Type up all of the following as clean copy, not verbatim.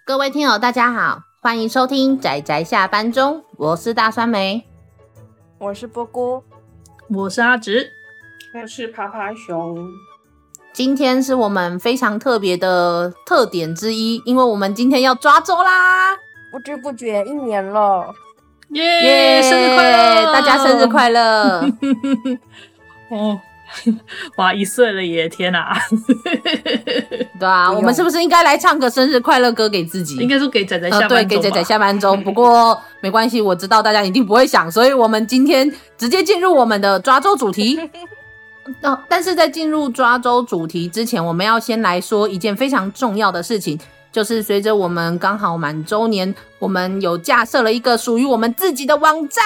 各位听友大家好，欢迎收听宅宅下班中，我是大酸梅， 我是波姑， 我是阿直， 我是爬爬熊。 今天是我们非常特别的特点之一，因为我们今天要抓周啦， 不知不觉1年了， 耶！生日快乐， 大家生日快乐！ 哦，哇，1岁了耶！天哪！ 对啊，我们是不是应该来唱个生日快乐歌给自己？ 应该说给仔仔下班中吧， 对，给仔仔下班中。不过没关系，我知道大家一定不会想，所以我们今天直接进入我们的抓周主题。但是在进入抓周主题之前，我们要先来说一件非常重要的事情，就是随着我们刚好满周年，我们有架设了一个属于我们自己的网站，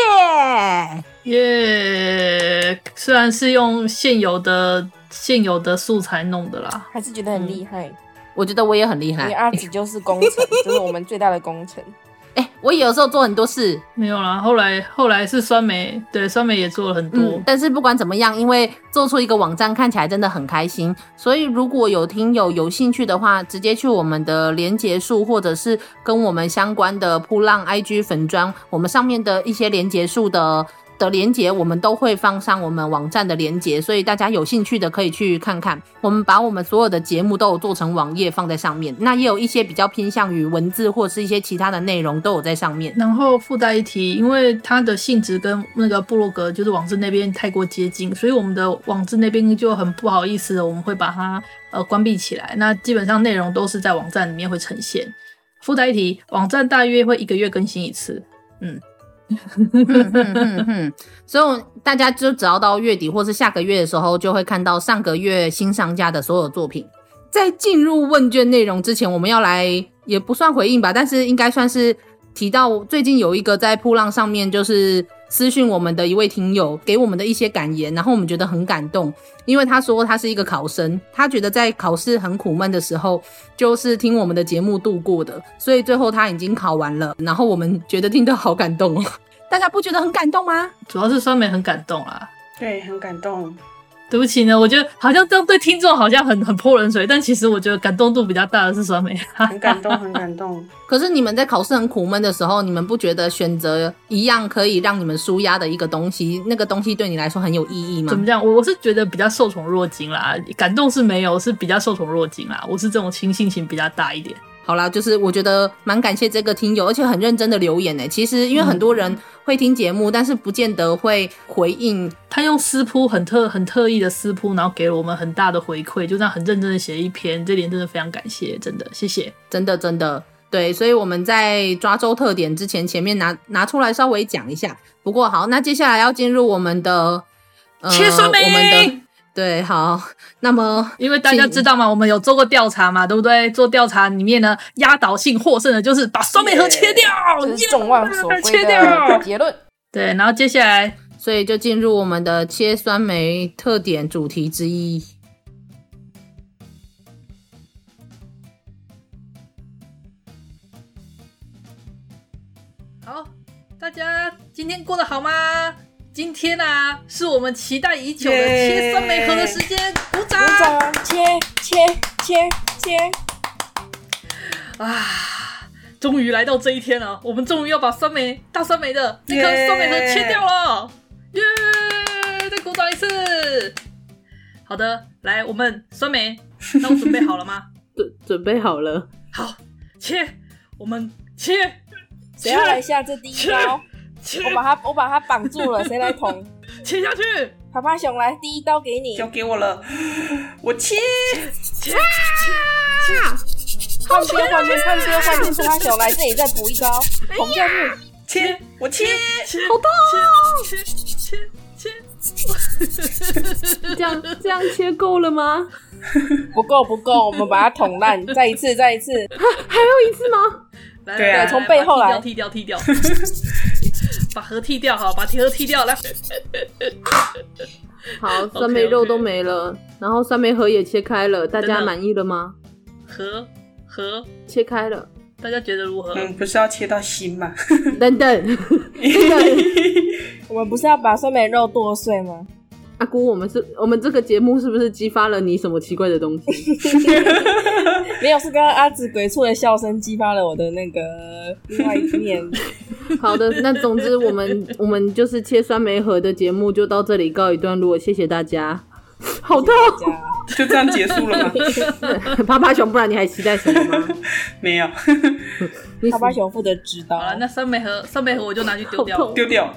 耶！虽然是用现有的素材弄的啦， 还是觉得很厉害。 我觉得我也很厉害， 因为阿紫就是工程，就是我们最大的工程。 我有时候做很多事， 没有啦。后来是酸梅，对，酸梅也做了很多。 但是不管怎么样，因为做出一个网站看起来真的很开心，所以如果有听友有兴趣的话，直接去我们的连结数，或者是跟我们相关的噗浪 IG 粉专，我们上面的一些连结数的连结，我们都会放上我们网站的连结，所以大家有兴趣的可以去看看。我们把我们所有的节目都有做成网页放在上面，那也有一些比较偏向于文字或是一些其他的内容都有在上面。 然后附带一提，因为它的性质跟那个部落格就是网志那边太过接近，所以我们的网志那边就很不好意思的，我们会把它关闭起来。那基本上内容都是在网站里面会呈现。附带一提，网站大约会1个月更新一次。 所以大家就只要到月底或是下个月的时候，就会看到上个月新上架的所有作品。在进入问卷内容之前，我们要来也不算回应吧，但是应该算是提到最近有一个在噗浪上面就是私讯我们的一位听友给我们的一些感言，然后我们觉得很感动，因为他说他是一个考生，他觉得在考试很苦闷的时候就是听我们的节目度过的，所以最后他已经考完了，然后我们觉得听得好感动哦。大家不觉得很感动吗？ 主要是酸梅很感动啦。 对，很感动。 对不起呢，我觉得好像这样对听众好像很泼冷水，但其实我觉得感动度比较大的是酸梅。 很感动，很感动。 可是你们在考试很苦闷的时候，你们不觉得选择一样可以让你们抒压的一个东西，那个东西对你来说很有意义吗？ 怎么讲？我是觉得比较受宠若惊啦，感动是没有，是比较受宠若惊啦。我是这种性情比较大一点。 好啦，就是我觉得蛮感谢这个听友，而且很认真的留言耶。其实因为很多人会听节目，但是不见得会回应。 他用私铺很特意的私铺，然后给了我们很大的回馈，就这样很认真的写一篇，这点真的非常感谢，真的谢谢， 真的。对，所以我们在抓周特点之前，前面拿出来稍微讲一下。不过好，那接下来要进入我们的切酸梅， 我们的。对，好，那么因为大家知道嘛，我们有做过调查嘛，对不对？做调查里面呢，压倒性获胜的就是把酸梅盒切掉， 这是众望所归的结论。 对，然后接下来， 所以就进入我们的切酸梅特点主题之一。 好，大家今天过得好吗？今天啊，是我们期待已久的切酸梅盒的时间，鼓掌！ 鼓掌！切！ 啊，终于来到这一天了，我们终于要把大酸梅的这颗酸梅盒切掉了，耶！再鼓掌一次。好的，来，我们酸梅，那我准备好了吗？ 准备好了。 好，我们切。 谁要来下这第一刀？我把它绑住了，谁来捅？ 切下去！ 爬爬熊来，第一刀给你， 交给我了，我切！ 换边，爬爬熊来这里再补一刀，捅下去， 切！我切！ 好痛！这样切够了吗？ 不够，我们把它捅烂，再一次，还有一次吗？ 对啊， 从背后来， 剃掉，把盒剃掉，好，把盒剃掉，来。 好，酸梅肉都没了，然后酸梅盒也切开了，大家满意了吗？ 盒切开了， 大家觉得如何？ 不是要切到心吗？ 等等， 我们不是要把酸梅肉剁碎吗？ 阿姑，我们这个节目是不是激发了你什么奇怪的东西？ 没有，是刚刚阿紫鬼畜的笑声激发了我的那个另外一面。 好的，那总之我们就是切酸梅盒的节目就到这里告一段落，谢谢大家。好痛， 就这样结束了吗？ 趴趴熊，不然你还期待什么吗？ 没有， 趴趴熊负责指导。 好了，那酸梅盒我就拿去丢掉了。 丢掉。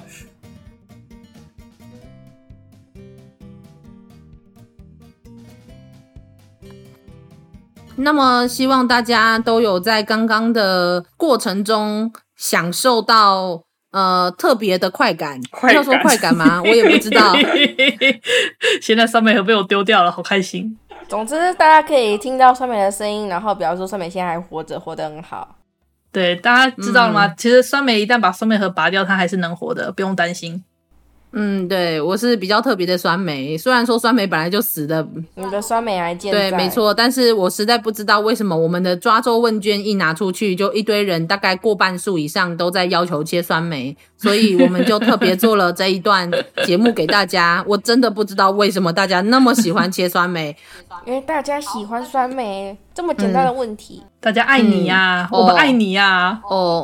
那么希望大家都有在刚刚的过程中享受到特别的快感，要说快感吗？我也不知道。 现在酸梅盒被我丢掉了，好开心。 总之大家可以听到酸梅的声音，然后表示说酸梅现在还活着，活得很好。 对，大家知道了吗？其实酸梅一旦把酸梅盒拔掉，它还是能活的，不用担心。 对，我是比较特别的酸梅，虽然说酸梅本来就死的， 你的酸梅还健在。 对，没错，但是我实在不知道为什么我们的抓周问卷一拿出去，就一堆人大概过半数以上都在要求切酸梅，所以我们就特别做了这一段节目给大家。我真的不知道为什么大家那么喜欢切酸梅， 因为大家喜欢酸梅，这么简单的问题。 大家爱你呀，我们爱你呀。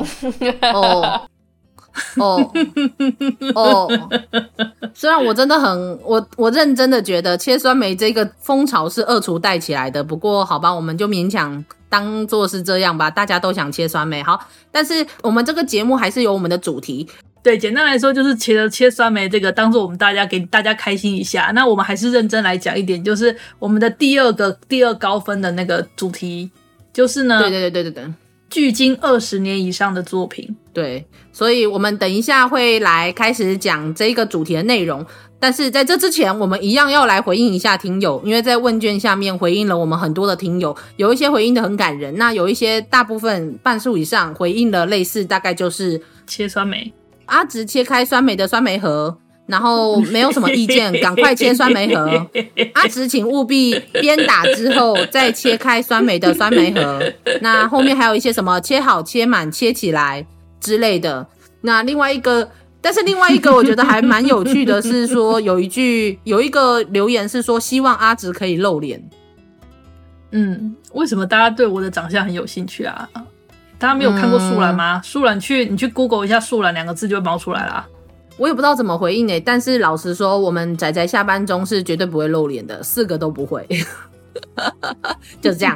虽然我真的我认真的觉得切酸梅这个风潮是二厨带起来的，不过好吧，我们就勉强当做是这样吧，大家都想切酸梅。好，但是我们这个节目还是有我们的主题。 对，简单来说就是切酸梅这个当做我们给大家开心一下。那我们还是认真来讲一点，就是我们的第二高分的那个主题，就是呢， 对， 距今20年以上的作品。 对，所以我们等一下会来开始讲这个主题的内容，但是在这之前我们一样要来回应一下听友，因为在问卷下面回应了我们很多的听友，有一些回应的很感人，那有一些大部分半数以上回应了类似，大概就是切酸梅， 阿直切开酸梅的酸梅盒，然后没有什么意见，赶快切酸梅盒。阿直请务必边打之后再切开酸梅的酸梅盒。那后面还有一些什么切好、切满、切起来之类的。那另外一个我觉得还蛮有趣的是说，有一个留言是说希望阿直可以露脸。 为什么大家对我的长相很有兴趣啊？大家没有看过树懒吗？树懒你去 Google 一下树懒2个字就会冒出来啦。 我也不知道怎么回应欸，但是老实说，我们宅宅下班中是绝对不会露脸的，4个都不会，就是这样。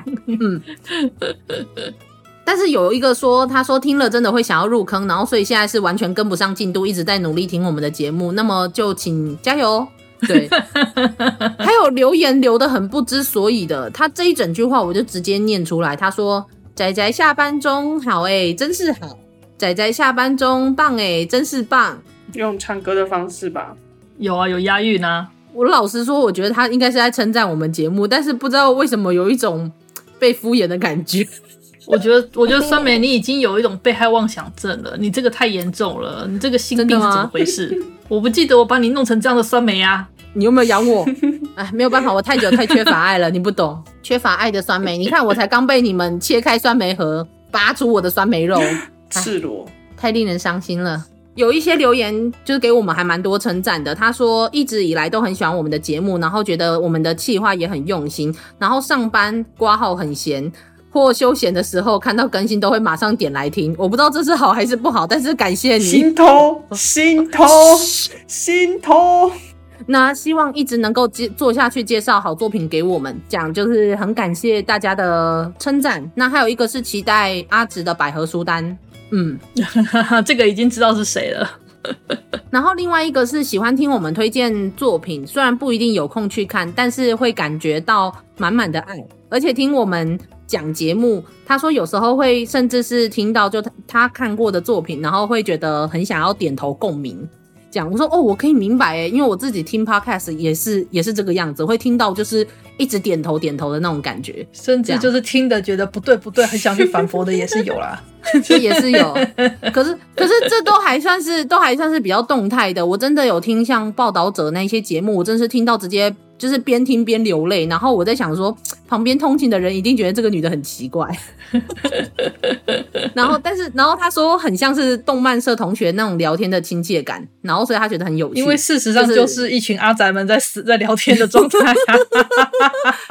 但是有一个他说听了真的会想要入坑，然后所以现在是完全跟不上进度，一直在努力听我们的节目，那么就请加油。对，还有留言留得很不知所以的，他这一整句话我就直接念出来，他说宅宅下班中好真是好，宅宅下班中棒真是棒。 用唱歌的方式吧。 有啊，有押韵啊。 我老实说，我觉得他应该是在称赞我们节目，但是不知道为什么有一种被敷衍的感觉。 我觉得酸梅你已经有一种被害妄想症了，你这个太严重了，你这个心病是怎么回事？我不记得我把你弄成这样的酸梅啊。 你有没有养我？哎，没有办法，我太缺乏爱了，你不懂，缺乏爱的酸梅。你看，我才刚被你们切开酸梅盒，拔出我的酸梅肉， 赤裸， 太令人伤心了。有一些留言就是给我们还蛮多称赞的，他说一直以来都很喜欢我们的节目，然后觉得我们的企划也很用心，然后上班挂号很闲或休闲的时候看到更新都会马上点来听，我不知道这是好还是不好，但是感谢你， 心痛。 那希望一直能够做下去，介绍好作品给我们，讲就是很感谢大家的称赞。那还有一个是期待阿直的百合书单， 这个已经知道是谁了。 然后另外一个是喜欢听我们推荐作品，虽然不一定有空去看，但是会感觉到满满的爱，而且听我们讲节目，他说有时候会甚至是听到就他看过的作品，然后会觉得很想要点头共鸣。讲我说我可以明白因为我自己听 podcast 也是这个样子，会听到就是一直点头的那种感觉， 甚至就是听的觉得不对，很想去反驳的也是有啦。 也是有，可是这都还算是比较动态的。我真的有听像报道者那些节目，我真是听到直接就是边听边流泪，然后我在想说旁边通勤的人一定觉得这个女的很奇怪。然后他说很像是动漫社同学那种聊天的亲切感，然后所以他觉得很有趣， 因为事实上就是一群阿宅们在聊天的状态。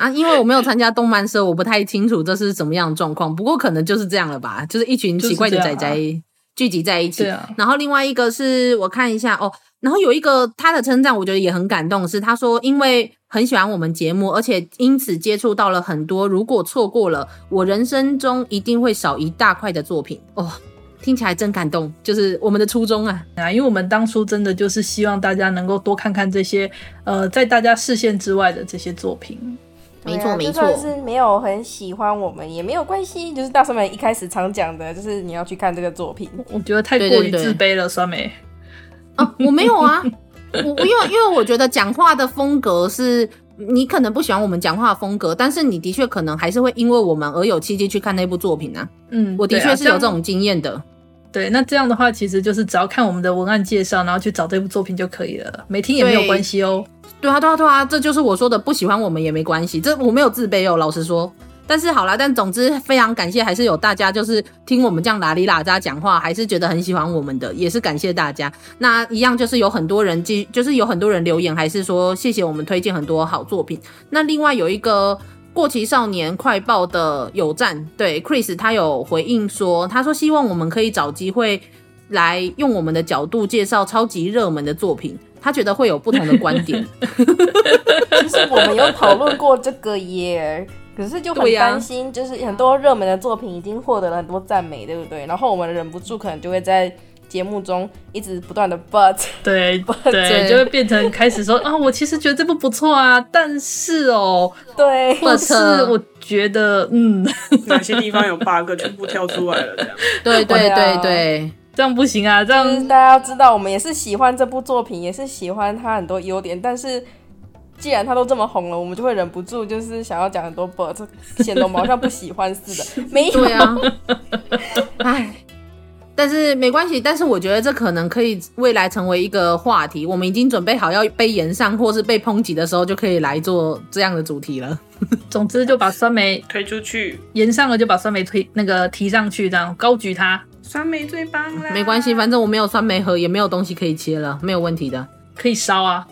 啊，因为我没有参加动漫社，我不太清楚这是怎么样的状况。不过可能就是这样了吧，就是一群奇怪的宅宅聚集在一起。然后另外一个是我看一下哦，然后有一个他的称赞，我觉得也很感动，是他说因为很喜欢我们节目，而且因此接触到了很多如果错过了我人生中一定会少一大块的作品哦。听起来真感动，就是我们的初衷啊！ 因为我们当初真的就是希望大家能够多看看这些在大家视线之外的这些作品。 没错没错， 就算是没有很喜欢我们也没有关系，就是大酸梅一开始常讲的，就是你要去看这个作品。 我觉得太过于自卑了，酸梅。 我没有啊，因为我觉得讲话的风格是。你可能不喜欢我们讲话的风格，但是你的确可能还是会因为我们而有契机去看那部作品啊。我的确是有这种经验的。 对，那这样的话其实就是只要看我们的文案介绍，然后去找这部作品就可以了，没听也没有关系哦。 对啊，这就是我说的不喜欢我们也没关系，这我没有自卑哦，老实说。但是好啦，但总之非常感谢，还是有大家就是听我们这样拉里拉扎讲话，还是觉得很喜欢我们的，也是感谢大家。那一样就是有很多人就是有很多人留言，还是说谢谢我们推荐很多好作品。那另外有一个过期少年快报的有赞，对 Chris 他有回应说，他说希望我们可以找机会来用我们的角度介绍超级热门的作品，他觉得会有不同的观点。 其实我们有讨论过这个耶。可是就很担心，就是很多热门的作品已经获得了很多赞美，对不对？然后我们忍不住可能就会在节目中一直不断的 but 对，就会变成开始说啊，我其实觉得这部不错啊，但是对， 或是我觉得哪些地方有 bug 全部跳出来了，这样。 对， 这样不行啊，这样大家要知道，我们也是喜欢这部作品，也是喜欢它很多优点，但是。既然他都这么红了，我们就会忍不住就是想要讲很多 but， 显得我们好像不喜欢似的。没有， 对啊，唉，但是没关系。但是我觉得这可能可以未来成为一个话题。我们已经准备好要被炎上或是被抨击的时候，就可以来做这样的主题了。 总之就把酸梅推出去， 炎上了就把酸梅提上去，这样高举它。 酸梅最棒啦！ 没关系，反正我没有酸梅盒，也没有东西可以切了，没有问题的。 可以烧啊。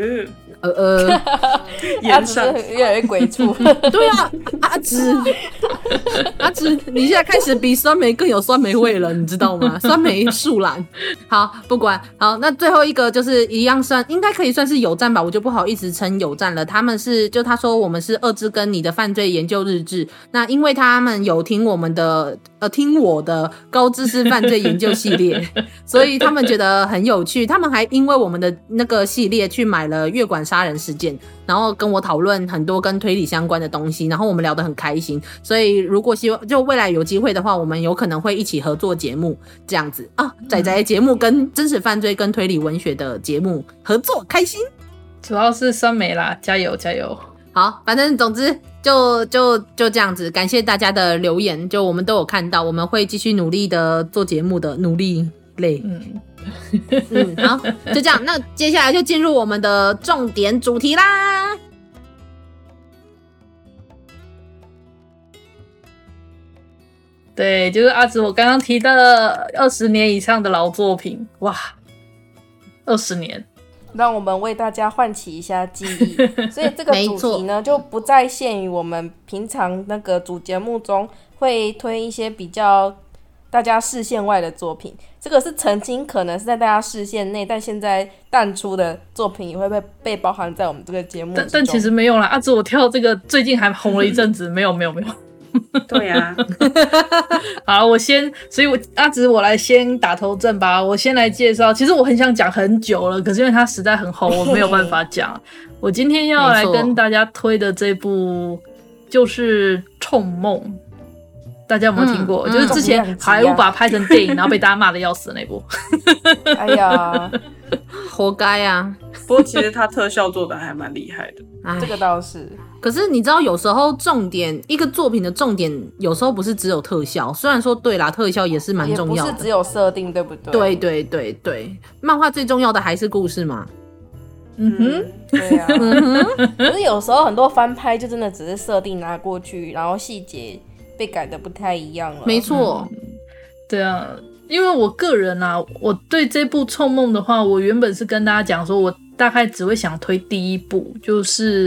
阿紫越来越鬼畜。 对啊，阿紫，你现在开始比酸梅更有酸梅味了，你知道吗？酸梅树懒。好，不管好，那最后一个就是一样应该可以算是有赞吧，我就不好意思称有赞了。他们是他说我们是二之根你的犯罪研究日志，那因为他们有听我们的听我的高知识犯罪研究系列，所以他们觉得很有趣。他们还因为我们的那个系列去买了月馆杀人事件，然后跟我讨论很多跟推理相关的东西，然后我们聊得很开心。所以如果希望就未来有机会的话，我们有可能会一起合作节目这样子啊，宅宅节目跟真实犯罪跟推理文学的节目合作，开心。 主要是酸梅啦，加油加油！ 好，反正总之就这样子，感谢大家的留言，就我们都有看到，我们会继续努力的做节目的，努力累。好，就这样，那接下来就进入我们的重点主题啦。 对，就是阿紫我刚刚提的20年以上的老作品，哇，20年。 让我们为大家唤起一下记忆，所以这个主题呢就不再限于我们平常那个主节目中会推一些比较大家视线外的作品，这个是曾经可能是在大家视线内，但现在淡出的作品也会被包含在我们这个节目之中。 但其实没有啦，阿紫我跳这个最近还红了一阵子，没有。 对啊。 好，所以阿紫我来先打头阵吧。我先来介绍，其实我很想讲很久了，可是因为它实在很红，我没有办法讲。我今天要来跟大家推的这部就是《冲梦》，大家有没有听过？就是之前好莱坞把它拍成电影，然后被大家骂的要死的那部。 哎呀， 活该啊！ 不过其实他特效做的还蛮厉害的， 这个倒是。 可是你知道，有时候一个作品的重点，有时候不是只有特效。虽然说对啦，特效也是蛮重要的， 也不是只有设定，对不对？ 对，漫画最重要的还是故事嘛。 对啊。可是有时候很多翻拍就真的只是设定拿过去，然后细节被改的不太一样了。 没错。 对啊。因为我个人啊，我对这部《臭梦》的话，我原本是跟大家讲说，我大概只会想推第一部，就是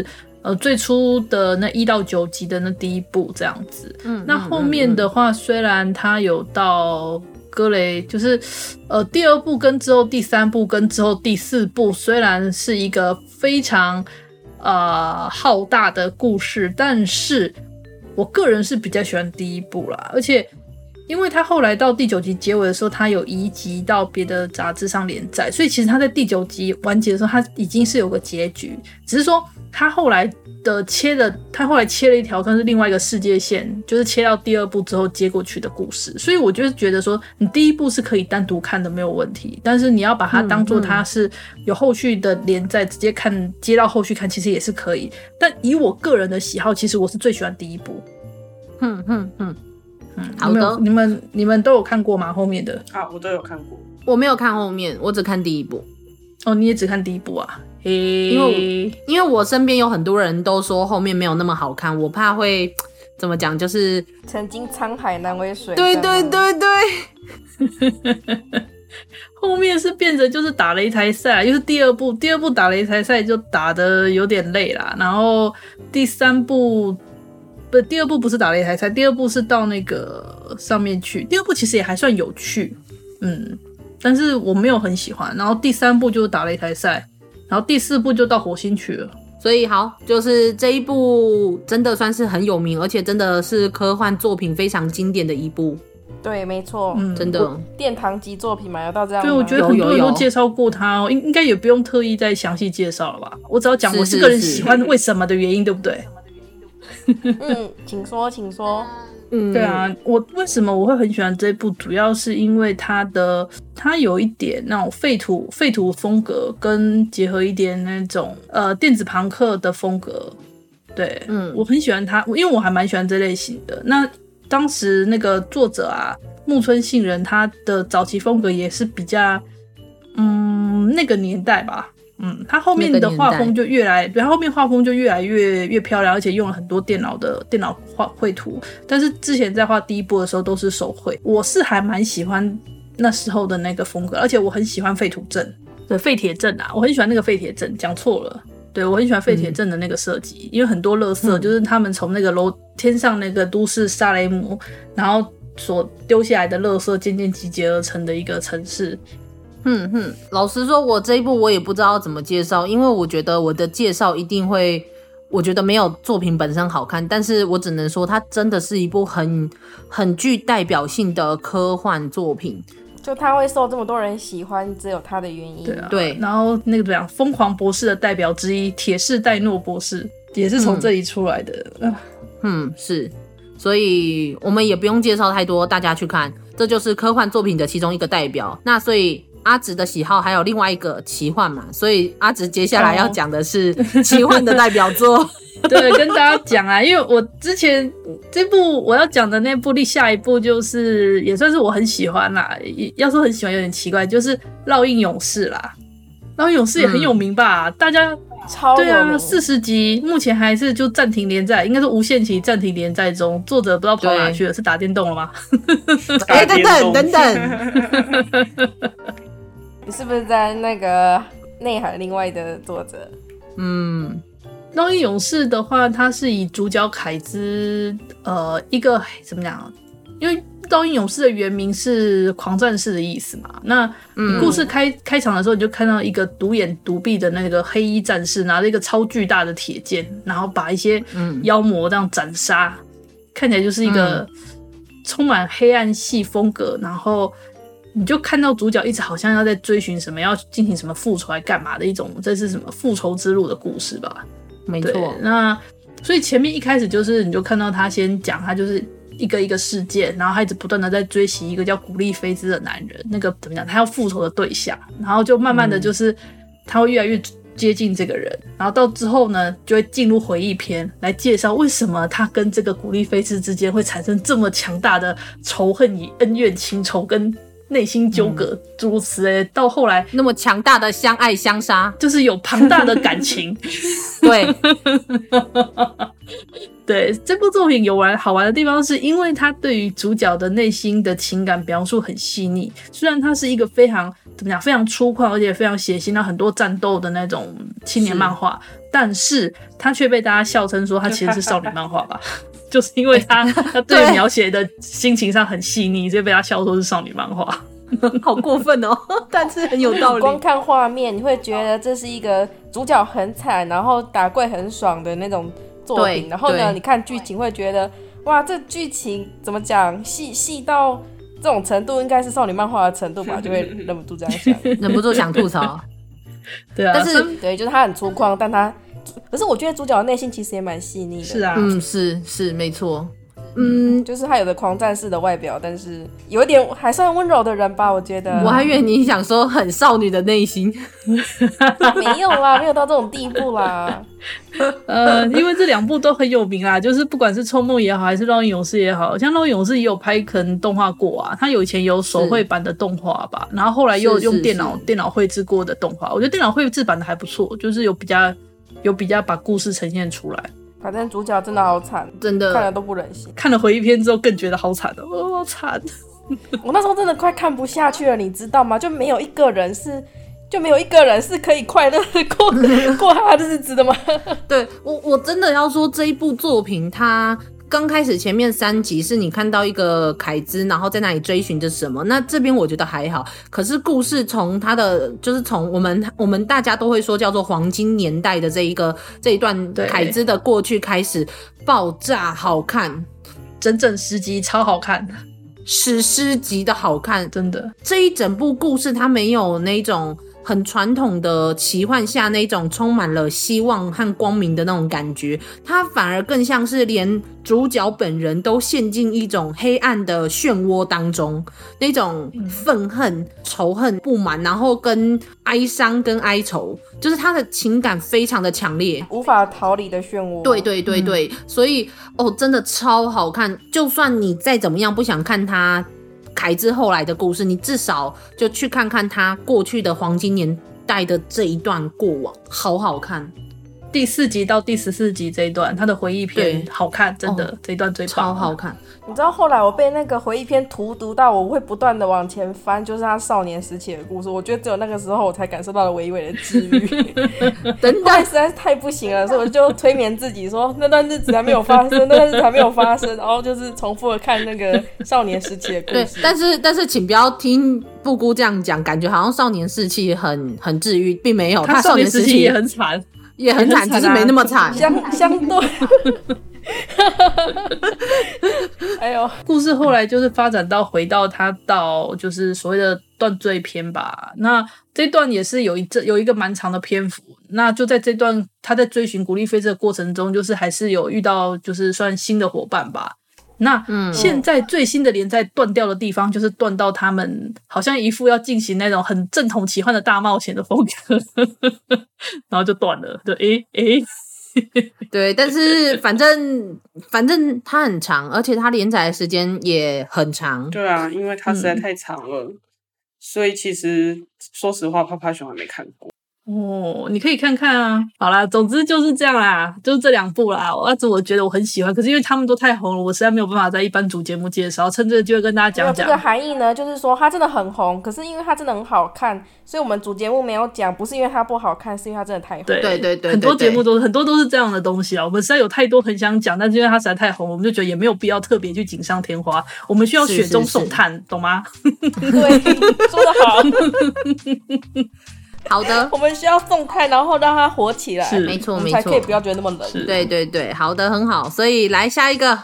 最初的那1到9集的那第一部这样子。那后面的话，虽然它有到格雷，就是第2部跟之后第3部跟之后第4部，虽然是一个非常浩大的故事，但是我个人是比较喜欢第1部啦，而且因为他后来到第9集结尾的时候，他有移籍到别的杂志上连载，所以其实他在第9集完结的时候，他已经是有个结局，只是说他后来切了一条算是另外一个世界线，就是切到第2部之后接过去的故事。所以我就觉得说，你第1部是可以单独看的，没有问题，但是你要把它当做它是有后续的连载，直接看接到后续看，其实也是可以。但以我个人的喜好，其实我是最喜欢第1部。 好的， 你们都有看过吗？后面的我都有看过。 我没有看后面，我只看第1部。 哦，你也只看第1部啊？ 因为我身边有很多人都说后面没有那么好看，我怕会怎么讲，就是曾经沧海难为水。 对， 后面是变成就是打擂台赛，就是第二部打擂台赛就打得有点累啦，然后第2部不是打擂台赛，第2部是到那个上面去，第2部其实也还算有趣，但是我没有很喜欢，然后第3部就是打擂台赛，然后第4部就到火星去了。 所以好，就是这一部真的算是很有名，而且真的是科幻作品非常经典的一部。 对，没错， 真的殿堂级作品嘛，有到这样吗？ 对，我觉得很多人都介绍过它哦，应该也不用特意再详细介绍了吧？我只要讲我是个人喜欢为什么的原因，对不对？ 请说。 对啊，我为什么我会很喜欢这部，主要是因为它有一点那种废土风格，跟结合一点那种电子朋克的风格。对，我很喜欢它，因为我还蛮喜欢这类型的。那当时那个作者啊，木村信人，他的早期风格也是比较那个年代吧。他后面的画风就越来越漂亮，而且用了很多电脑绘图。但是之前在画第1部的时候都是手绘，我是还蛮喜欢那时候的那个风格，而且我很喜欢废土镇，对，废铁镇啊，我很喜欢那个废铁镇，讲错了。对，我很喜欢废铁镇的那个设计，因为很多垃圾就是他们从那个天上那个都市萨雷姆，然后所丢下来的垃圾渐渐集结而成的一个城市。 老实说，我这一部我也不知道怎么介绍，因为我觉得我的介绍一定会，我觉得没有作品本身好看，但是我只能说它真的是一部很具代表性的科幻作品。 就他会受这么多人喜欢，只有他的原因。 对，然后那个怎么样，疯狂博士的代表之一铁士戴诺博士也是从这里出来的。 是，所以我们也不用介绍太多，大家去看，这就是科幻作品的其中一个代表。那所以阿直的喜好还有另外一个奇幻嘛，所以阿直接下来要讲的是奇幻的代表作。 对，跟大家讲啊，因为我之前这部我要讲的那部下一部就是也算是我很喜欢啦，要说很喜欢有点奇怪，就是烙印勇士啦。烙印勇士也很有名吧，大家超有名。对啊 ，40集目前还是就暂停连载，应该是无限期暂停连载中，作者不知道跑哪去了，是打电动了吗？ 等等你是不是在那个内涵另外的作者？ 烙印勇士的话，它是以主角凯兹一个怎么讲？因为烙印勇士的原名是狂战士的意思嘛。那你故事开场的时候，你就看到一个独眼独臂的那个黑衣战士，拿着一个超巨大的铁剑，然后把一些妖魔这样斩杀，看起来就是一个充满黑暗系风格，然后你就看到主角一直好像要在追寻什么，要进行什么复仇来干嘛的一种，这是什么复仇之路的故事吧？ 没错。 那所以前面一开始就是你就看到他先讲他就是一个一个事件，然后他一直不断的在追寻一个叫古力菲兹的男人，那个怎么讲，他要复仇的对象，然后就慢慢的就是他会越来越接近这个人，然后到之后呢就会进入回忆篇来介绍为什么他跟这个古力菲兹之间会产生这么强大的仇恨与恩怨情仇跟内心纠葛，诸如此类，到后来那么强大的相爱相杀， 就是有庞大的感情。 对， 对，这部作品好玩的地方是因为它对于主角的内心的情感描述很细腻，虽然它是一个非常怎么讲非常粗犷而且非常血腥，很多战斗的那种青年漫画，但是它却被大家笑称说它其实是少女漫画吧就是因为它对描写的心情上很细腻，所以被他笑说是少女漫画好过分哦但是很有道理。 光看画面你会觉得这是一个主角很惨然后打怪很爽的那种作品，然后呢你看剧情会觉得哇这剧情怎么讲细到这种程度应该是少女漫画的程度吧就会忍不住这样想忍不住想吐槽对啊， 但是对就是他很粗犷，但他可是我觉得主角的内心其实也蛮细腻的。 是啊， 是没错。 就是他有的狂战士的外表，但是有一点还算温柔的人吧，我觉得。 我还以为你想说很少女的内心没有啦，没有到这种地步啦因为这两部都很有名啦，就是不管是冲梦也好还是烙印勇士也好，像烙印勇士也有拍成动画过啊，他以前有手绘版的动画吧，然后后来又用电脑绘制过的动画，我觉得电脑绘制版的还不错，就是有比较把故事呈现出来。 反正主角真的好惨， 真的看了都不忍心。 看了回忆篇之后更觉得好惨哦，好惨！ 我那时候真的快看不下去了，你知道吗？就没有一个人是可以快乐的过他的日子的吗？ 对，我真的要说这一部作品它刚开始前面3集是你看到一个凯兹然后在那里追寻着什么，那这边我觉得还好，可是故事从它的就是从我们大家都会说叫做黄金年代的这一段凯兹的过去开始爆炸好看， 整整10集超好看， 史诗级的好看， 真的。 这一整部故事它没有那种很传统的奇幻下那种充满了希望和光明的那种感觉，它反而更像是连主角本人都陷进一种黑暗的漩涡当中，那种愤恨、仇恨、不满，然后跟哀伤跟哀愁，就是他的情感非常的强烈， 无法逃离的漩涡。 对，所以真的超好看，就算你再怎么样不想看他凯兹后来的故事，你至少就去看看他过去的黄金年代的这一段过往，好好看。 第4集到第14集这一段，他的回忆篇好看，真的，这一段最棒， 超好看。 你知道后来我被那个回忆篇荼毒到，我会不断的往前翻，就是他少年时期的故事。我觉得只有那个时候我才感受到了微微的治愈。真的实在是太不行了，所以我就催眠自己说那段日子还没有发生，那段日子还没有发生，然后就是重复的看那个少年时期的故事。 对，但是请不要听布姑这样讲，感觉好像少年时期很治愈，并没有，他少年时期也很惨。 也很惨，只是没那么惨。 相对，哎呦， 故事后来就是发展到回到他到就是所谓的断罪篇吧。那这段也是有一个蛮长的篇幅。那就在这段他在追寻古力菲兹的过程中，就是还是有遇到就是算新的伙伴吧。那现在最新的连载断掉的地方，就是断到他们好像一副要进行那种很正统奇幻的大冒险的风格，然后就断了。对， 对，但是反正它很长，而且它连载的时间也很长。 对啊，因为它实在太长了，所以其实说实话，泡泡熊还没看过。 哦，你可以看看啊。好啦，总之就是这样啦，就是这2部啦。我觉得我很喜欢，可是因为他们都太红了，我实在没有办法在一般主节目介绍。趁这个机会跟大家讲讲。 这个含义呢，就是说它真的很红，可是因为它真的很好看，所以我们主节目没有讲，不是因为它不好看，是因为它真的太红。 对，很多节目很多都是这样的东西啊。我们实在有太多很想讲，但是因为它实在太红，我们就觉得也没有必要特别去锦上添花。我们需要雪中送炭，懂吗？ 对，说得好。 好的， 我们需要送炭，然后让它火起来， 没错， 才可以不要觉得那么冷。 对，好的，很好。所以来下一个，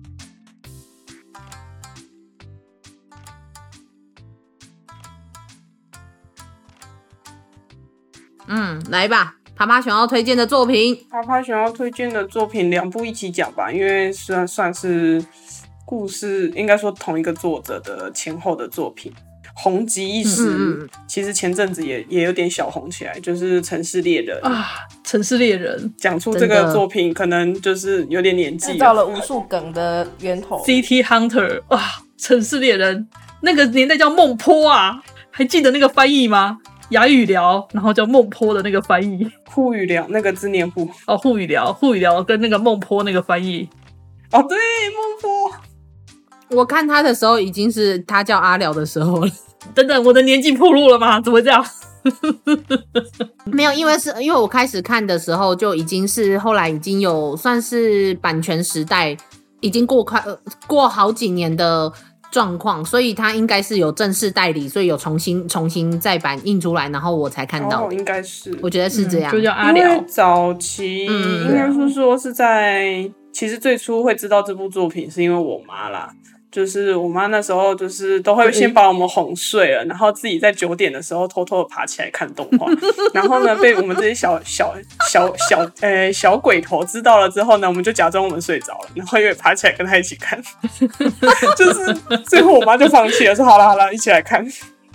来吧，爬爬熊要推荐的作品。 爬爬熊要推荐的作品2部一起讲吧，因为算是故事，应该说同一个作者的前后的作品。红极一时，其实前阵子也有点小红起来，就是《城市猎人》 啊，《城市猎人》 讲出这个作品，可能就是有点年纪了， 制造了无数梗的源头。 City Hunter 啊，《城市猎人》那个年代叫孟坡啊，还记得那个翻译吗？ 雅语聊，然后叫孟坡的那个翻译， 沪语聊那个字念沪哦，沪语聊跟那个孟坡那个翻译， 哦，对，孟坡。 我看他的时候已经是他叫阿辽的时候了。 等等，我的年纪暴露了吗？怎么会这样？ 没有，因为我开始看的时候就已经是后来已经有算是版权时代，已经过好几年的状况，所以他应该是有正式代理，所以有重新再版印出来，然后我才看到。 应该是， 我觉得是这样。 就叫阿辽。 因为早期应该说是在，其实最初会知道这部作品是因为我妈啦。就是我妈那时候就是都会先把我们哄睡了，然后自己在9点的时候偷偷的爬起来看动画，然后呢被我们这些小鬼头知道了之后呢，我们就假装我们睡着了，然后又爬起来跟他一起看，就是最后我妈就放弃了，说好了，一起来看。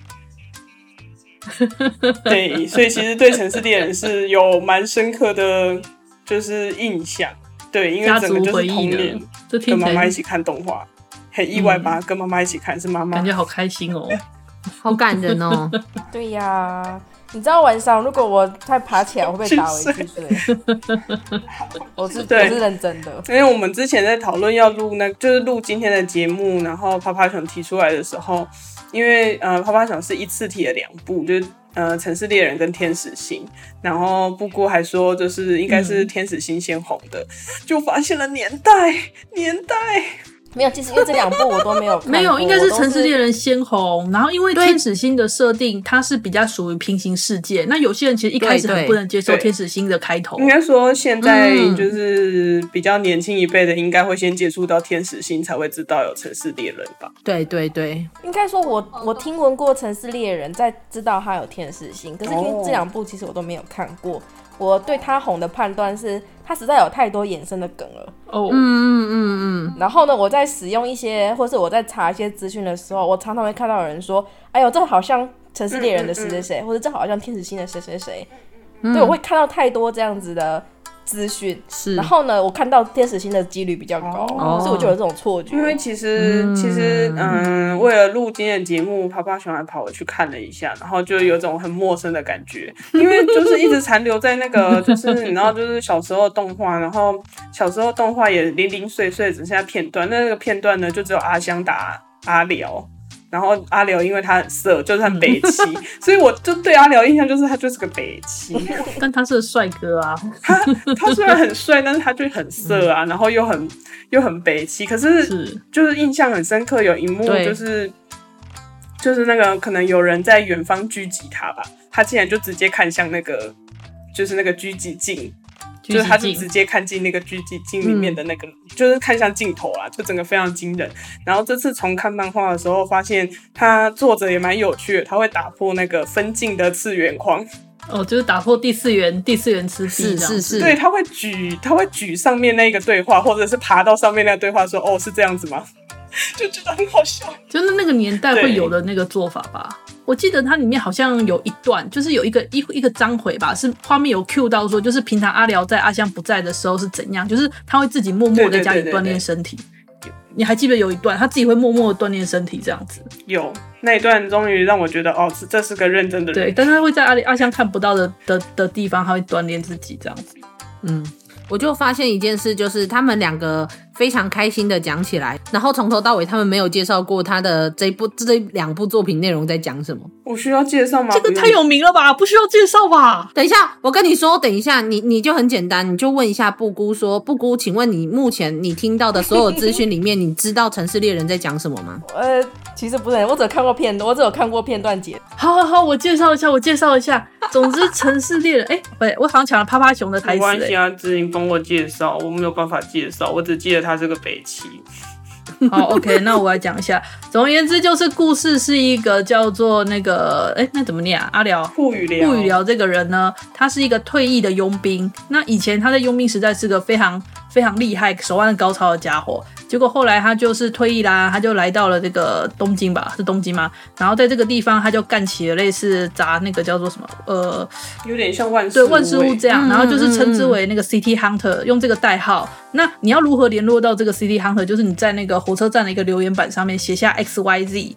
对，所以其实对城市猎人是有蛮深刻的，就是印象。对，因为整个就是童年跟妈妈一起看动画。很意外吧，跟妈妈一起看，是妈妈， 感觉好开心哦， 好感人哦。 对呀，你知道晚上如果我太爬起来，我会被打回去睡。我是认真的， 因为我们之前在讨论要录就是录今天的节目，然后趴趴熊提出来的时候，因为趴趴熊是一次提了2部，就是城市猎人跟天使星，然后布姑还说就是应该是天使星先红的，就发现了年代。 没有，其实因为这2部我都没有看过。 没有，应该是城市猎人先红，然后因为天使星的设定它是比较属于平行世界，那有些人其实一开始很不能接受天使星的开头。 应该说现在就是比较年轻一辈的应该会先接触到天使星才会知道有城市猎人吧。 对， 应该说我听闻过城市猎人，在知道他有天使星，可是因为这2部其实我都没有看过。我对他红的判断是，他实在有太多衍生的梗了。然后呢，我在使用一些，或是我在查一些资讯的时候，我常常会看到有人说：“哎呦，这好像城市猎人的谁谁谁，或者这好像天使星的谁谁谁。”对，我会看到太多这样子的资讯，然后呢，我看到天使星的几率比较高，所以我就有这种错觉。 因为其实，为了录今天的节目，趴趴熊还跑回去看了一下，然后就有种很陌生的感觉，因为就是一直残留在那个，就是你知道，就是小时候动画，然后小时候动画也零零碎碎，只剩下片段，那个片段呢，就只有阿香打阿辽。然后阿辽因为他很色，就是很北七，所以我就对阿辽印象就是他就是个北七， 但他是个帅哥啊。 他虽然很帅，但是他就很色啊，然后又很北七，可是就是印象很深刻，有一幕就是那个可能有人在远方狙击他吧，他竟然就直接看向那个就是那个狙击镜。就是他就直接看进那个狙击镜里面的那个，就是看向镜头啊，就整个非常惊人。然后这次重看漫画的时候，发现他作者也蛮有趣的，他会打破那个分镜的次元框。 就是打破第四元吃币， 是， 对，他会举上面那个对话，或者是爬到上面那个对话说，哦，是这样子吗？就觉得很好笑， 就是那个年代会有的那个做法吧。我记得它里面好像有一段，就是有一个章回吧，是画面有 cue 到说，就是平常阿辽在阿香不在的时候是怎样，就是他会自己默默在家里锻炼身体。你还记得有一段他自己会默默的锻炼身体这样子？ 有那一段终于让我觉得哦，这是个认真的人。 对，但他会在阿香看不到的地方，他会锻炼自己这样子。 我就发现一件事，就是他们2个非常开心的讲起来，然后从头到尾他们没有介绍过他的这2部作品内容在讲什么。 我需要介绍吗？ 这个太有名了吧，不需要介绍吧？ 等一下，我跟你说，等一下，你就很简单，你就问一下布姑说，布姑，请问你目前你听到的所有资讯里面，你知道城市猎人在讲什么吗？ 其实不是，我只有看过片段解。 好，我介绍一下。总之，城市猎人，我好像抢了趴趴熊的台词。 没关系啊，志颖帮我介绍，我没有办法介绍，我只记得他是个北七。 好 ，OK， 那我来讲一下。总而言之，就是故事是一个叫做那个，那怎么念啊？阿辽沪语辽这个人呢，他是一个退役的佣兵。那以前他在佣兵时代是个非常非常厉害、手腕高超的家伙。结果后来他就是退役啦，他就来到了这个东京吧，是东京吗？然后在这个地方他就干起了类似砸那个叫做什么有点像万事屋这样，然后就是称之为那个 City Hunter， 用这个代号。那你要如何联络到这个 City Hunter？ 就是你在那个火车站的一个留言板上面写下 XYZ，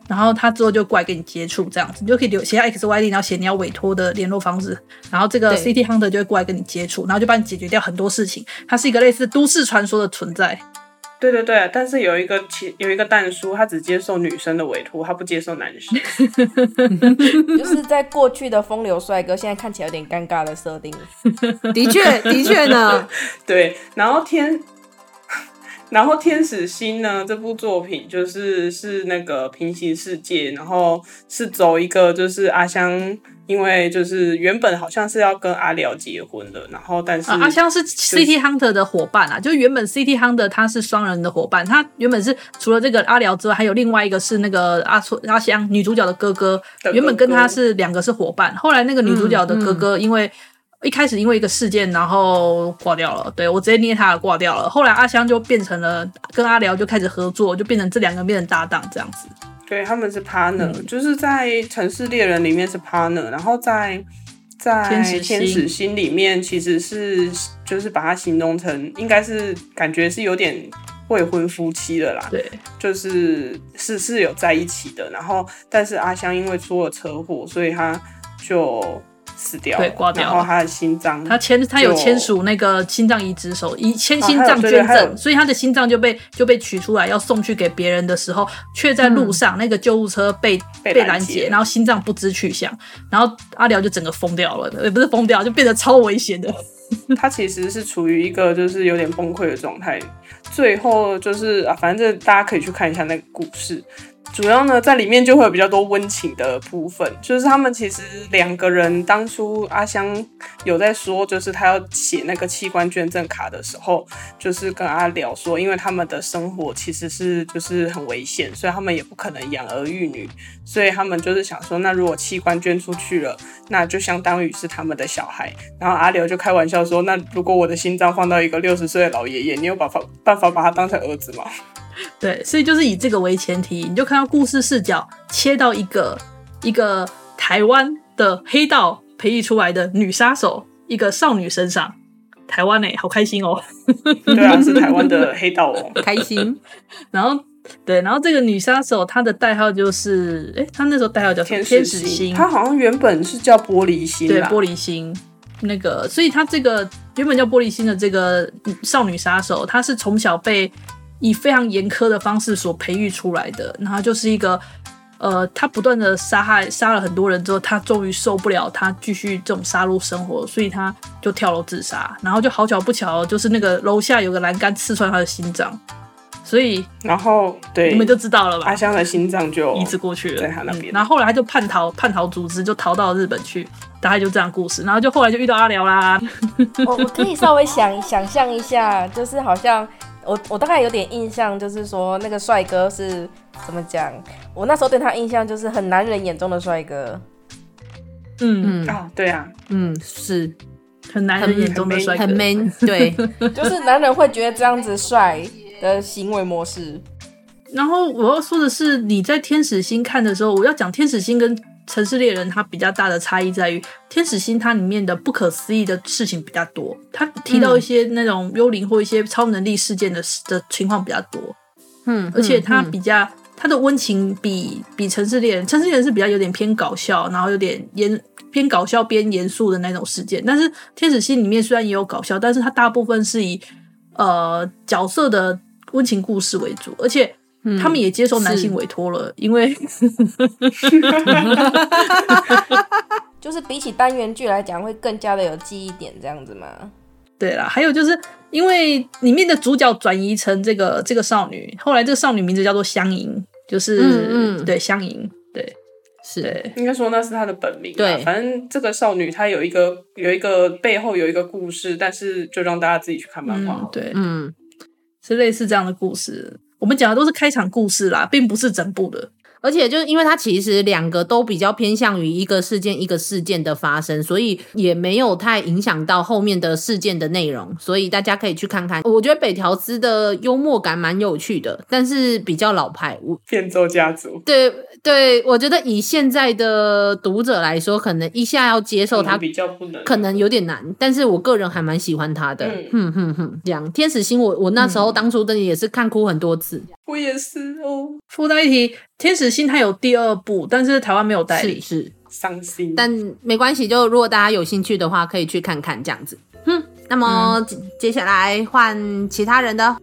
然后他之后就过来跟你接触，这样子你就可以写下 XYZ， 然后写你要委托的联络方式，然后这个 City Hunter 就会过来跟你接触，然后就帮你解决掉很多事情。它是一个类似都市传说的存在。 对对对，但是有一个但书，他只接受女生的委托，他不接受男生。 就是在过去的风流帅哥，现在看起来有点尴尬的设定。 的确呢。 对，然后天使心呢，这部作品是那个平行世界，然后是走一个就是阿香，因为就是原本好像是要跟阿廖结婚的，然后但是阿香是 City Hunter 的伙伴啊，就原本 City Hunter 他是双人的伙伴，他原本是除了这个阿廖之外，还有另外一个是那个阿香女主角的哥哥，原本跟他是两个是伙伴，后来那个女主角的哥哥因为一开始因为一个事件然后挂掉了，对，我直接捏他挂掉了，后来阿香就变成了跟阿廖就开始合作，就变成这两个变成搭档这样子。 对，他们是 partner，就是在城市猎人里面是 partner， 然后在天使心里面其实是就是把它形容成应该是感觉是有点未婚夫妻了啦， 对， 就是有在一起的，然后但是阿香因为出了车祸，所以他就死掉了， 对，挂掉了。 然后他的心脏， 他有签署那个心脏移植手，签心脏捐赠，所以他的心脏就被取出来要送去给别人的时候，却在路上那个救护车被拦截，然后心脏不知去向，然后阿廖就整个疯掉了，也不是疯掉，就变得超危险的。 他其实是处于一个就是有点崩溃的状态，最后就是反正大家可以去看一下那个故事。主要呢，在里面就会有比较多温情的部分，就是他们其实两个人当初阿香有在说，就是他要写那个器官捐赠卡的时候，就是跟阿廖说，因为他们的生活其实是就是很危险，所以他们也不可能养儿育女，所以他们就是想说，那如果器官捐出去了，那就相当于是他们的小孩。然后阿廖就开玩笑说，那如果我的心脏放到一个60岁的老爷爷，你有办法把他当成儿子吗？ 对，所以就是以这个为前提，你就看到故事视角切到一个台湾的黑道培育出来的女杀手，一个少女身上。台湾好开心哦！ 对啊，是台湾的黑道哦， 开心。 然后这个女杀手她的代号就是，她那时候代号叫什么？天使心。 她好像原本是叫玻璃心， 对，玻璃心。那个，所以她这个原本叫玻璃心的这个少女杀手，她是从小被以非常严苛的方式所培育出来的，然后就是一个他不断的杀了很多人之后，他终于受不了他继续这种杀戮生活，所以他就跳楼自杀，然后就好巧不巧就是那个楼下有个栏杆刺穿他的心脏，所以然后对你们就知道了吧， 阿香的心脏就移植过去了， 在他那边， 然后后来他就叛逃组织，就逃到日本去，大概就这样故事，然后就后来就遇到阿廖啦。 我可以稍微想象一下，就是好像我大概有点印象，就是说那个帅哥是怎么讲？我那时候对他印象就是很男人眼中的帅哥。 对啊， 是很男人眼中的帅哥， 很 man， 对， 就是男人会觉得这样子帅的行为模式。 然后我要说的是，你在天使心看的时候，我要讲天使心跟城市猎人它比较大的差异在于，天使心它里面的不可思议的事情比较多，它提到一些那种幽灵或一些超能力事件的情况比较多，而且它比较它的温情比城市猎人是比较有点偏搞笑，然后有点偏搞笑边严肃的那种事件，但是天使心里面虽然也有搞笑，但是它大部分是以角色的温情故事为主，而且他们也接受男性委托了，因为就是比起单元剧来讲，会更加的有记忆点，这样子吗？ 对啦，还有就是因为里面的主角转移成这个少女，后来这个少女名字叫做香银，就是对香银，对， 是对， 应该说那是她的本名。 对， 反正这个少女她有一个背后有一个故事，但是就让大家自己去看漫画。 对，是类似这样的故事。我们讲的都是开场故事啦，并不是整部的。 而且就是因为它其实两个都比较偏向于一个事件的发生，所以也没有太影响到后面的事件的内容，所以大家可以去看看。我觉得北条司的幽默感蛮有趣的，但是比较老派。 变奏家族， 对，我觉得以现在的读者来说，可能一下要接受它比较不能， 可能有点难，但是我个人还蛮喜欢它的。这样天使心我那时候当初真的也是看哭很多次。 我也是哦。 附带一提，天使心它有第2部，但是台湾没有代理， 是伤心。 但没关系，就如果大家有兴趣的话，可以去看看这样子。那么接下来换其他人的。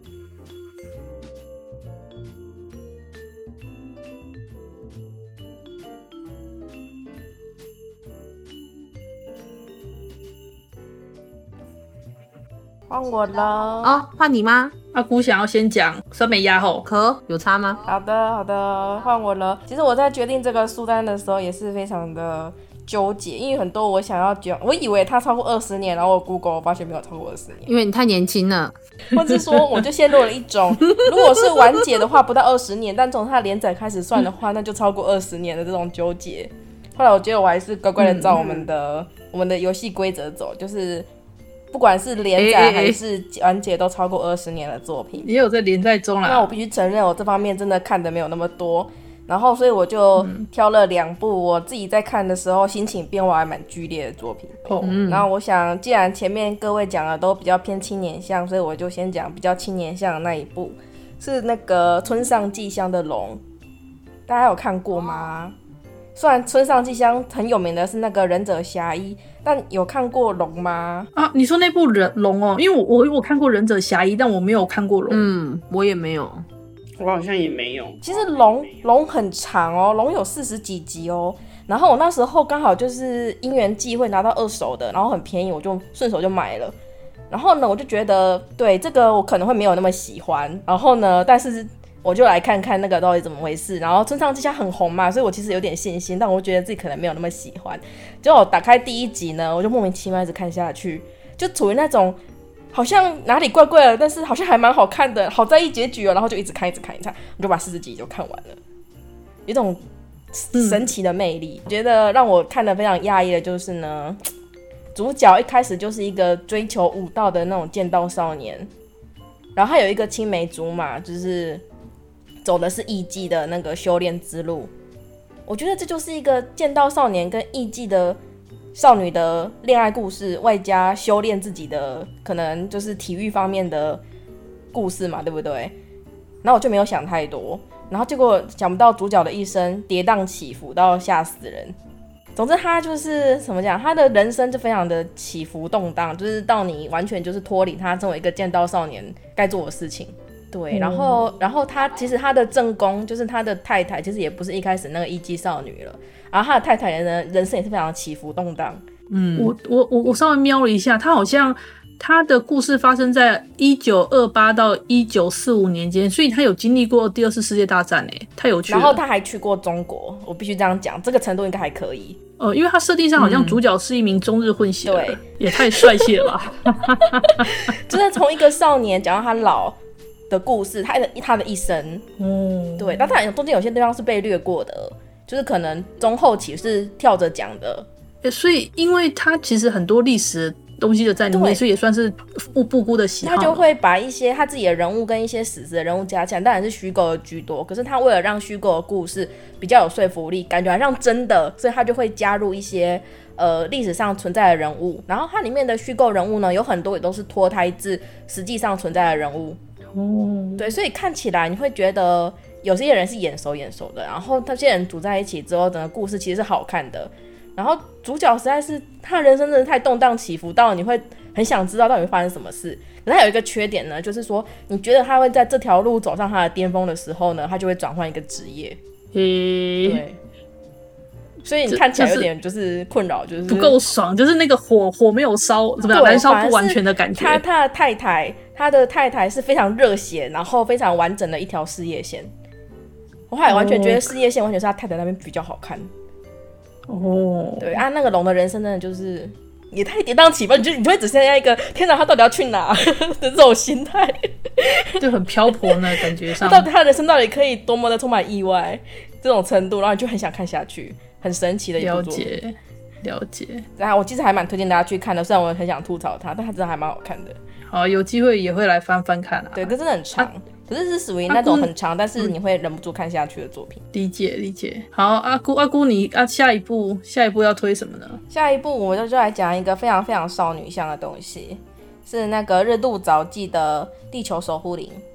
换我了哦，换你吗？ 阿姑想要先讲酸梅鸭后， 有差吗？ 好的，换我了。其实我在决定这个书单的时候也是非常的纠结，因为很多我想要讲，我以为它超过20年，然后我 Google 我发现没有超过20年， 因为你太年轻了， 或是说我就陷入了一种，如果是完结的话不到20年，但从它连载开始算的话，那就超过20年的这种纠结。后来我觉得我还是乖乖的照我们的游戏规则走，就是不管是连载还是完结都超过20年的作品， 也有在连载中啦。 那我必须承认，我这方面真的看的没有那么多，然后所以我就挑了2部我自己在看的时候心情变化还蛮剧烈的作品。然后我想，既然前面各位讲的都比较偏青年向，所以我就先讲比较青年向的那一部，是那个村上纪香的《龙》，大家有看过吗？虽然村上纪香很有名的是那个忍者侠一，但有看过龙吗？ 啊，你说那部龙哦，因为我看过忍者侠一，但我没有看过龙。 我也没有， 我好像也没有。 其实龙很长哦，龙有40几集哦。然后我那时候刚好就是因缘际会拿到2手的，然后很便宜，我就顺手就买了。然后呢，我就觉得对这个我可能会没有那么喜欢。然后呢，但是我就来看看那个到底怎么回事。然后村上纪香很红嘛，所以我其实有点信心，但我觉得自己可能没有那么喜欢。结果我打开第1集呢，我就莫名其妙一直看下去，就处于那种好像哪里怪怪的，但是好像还蛮好看的，好在意结局哦，然后就一直看，我就把40集就看完了，有一种神奇的魅力。觉得让我看得非常讶异的就是呢，主角一开始就是一个追求武道的那种剑道少年，然后他有一个青梅竹马，就是走的是艺妓的那个修炼之路。我觉得这就是一个剑道少年跟艺妓的少女的恋爱故事，外加修炼自己的可能就是体育方面的故事嘛，对不对？然后我就没有想太多，然后结果想不到主角的一生跌宕起伏到吓死人。总之他就是怎么讲，他的人生就非常的起伏动荡，就是到你完全就是脱离他作为一个剑道少年该做的事情。对，然后他其实他的正宫就是他的太太，其实也不是一开始那个艺妓少女了，然后他的太太的人生也是非常起伏动荡。 我稍微瞄了一下，他好像他的故事发生在1928到1945年间，所以他有经历过第2次世界大战太有趣了。 然后他还去过中国，我必须这样讲，这个程度应该还可以。 因为他设定上好像主角是一名中日混血， 对， 也太帅气了吧！ 就是从一个少年讲到他老的故事，他的一生。对，但他中间有些地方是被略过的，就是可能中后期是跳着讲的。 所以因为他其实很多历史东西就在里面，所以也算是不辜的喜好。 他就会把一些他自己的人物跟一些史实的人物加强，当然是虚构的居多。可是他为了让虚构的故事比较有说服力，感觉好像真的，所以他就会加入一些历史上存在的人物。然后它里面的虚构人物呢，有很多也都是脱胎自实际上存在的人物。对，所以看起来你会觉得有些人是眼熟的，然后这些人组在一起之后，整个故事其实是好看的。然后主角实在是他的人生真的太动荡起伏到你会很想知道到底会发生什么事。可是他有一个缺点呢，就是说你觉得他会在这条路走上他的巅峰的时候呢，他就会转换一个职业。对，所以你看起来有点就是困扰，就是不够爽，就是那个火没有烧，怎么样，燃烧不完全的感觉。 他的太太是非常热血，然后非常完整的一条事业线。我还完全觉得事业线完全是他太太那边比较好看。对啊，那个龙的人生真的就是也太跌宕起伏，你就会只剩下一个天哪，他到底要去哪的这种心态， 就很漂泊呢，感觉上。 到底他的人生到底可以多么的充满意外这种程度，然后你就很想看下去，很神奇的一部作品。 了解。 然后我其实还蛮推荐大家去看的，虽然我很想吐槽它，但它真的还蛮好看的。 好，有机会也会来翻翻看啊。 对，这真的很长。可是是属于那种很长，但是你会忍不住看下去的作品。 理解。好，阿姑你下一步要推什么呢？ 下一步我就来讲一个非常非常少女向的东西，是那个日度早纪的《地球守护灵》。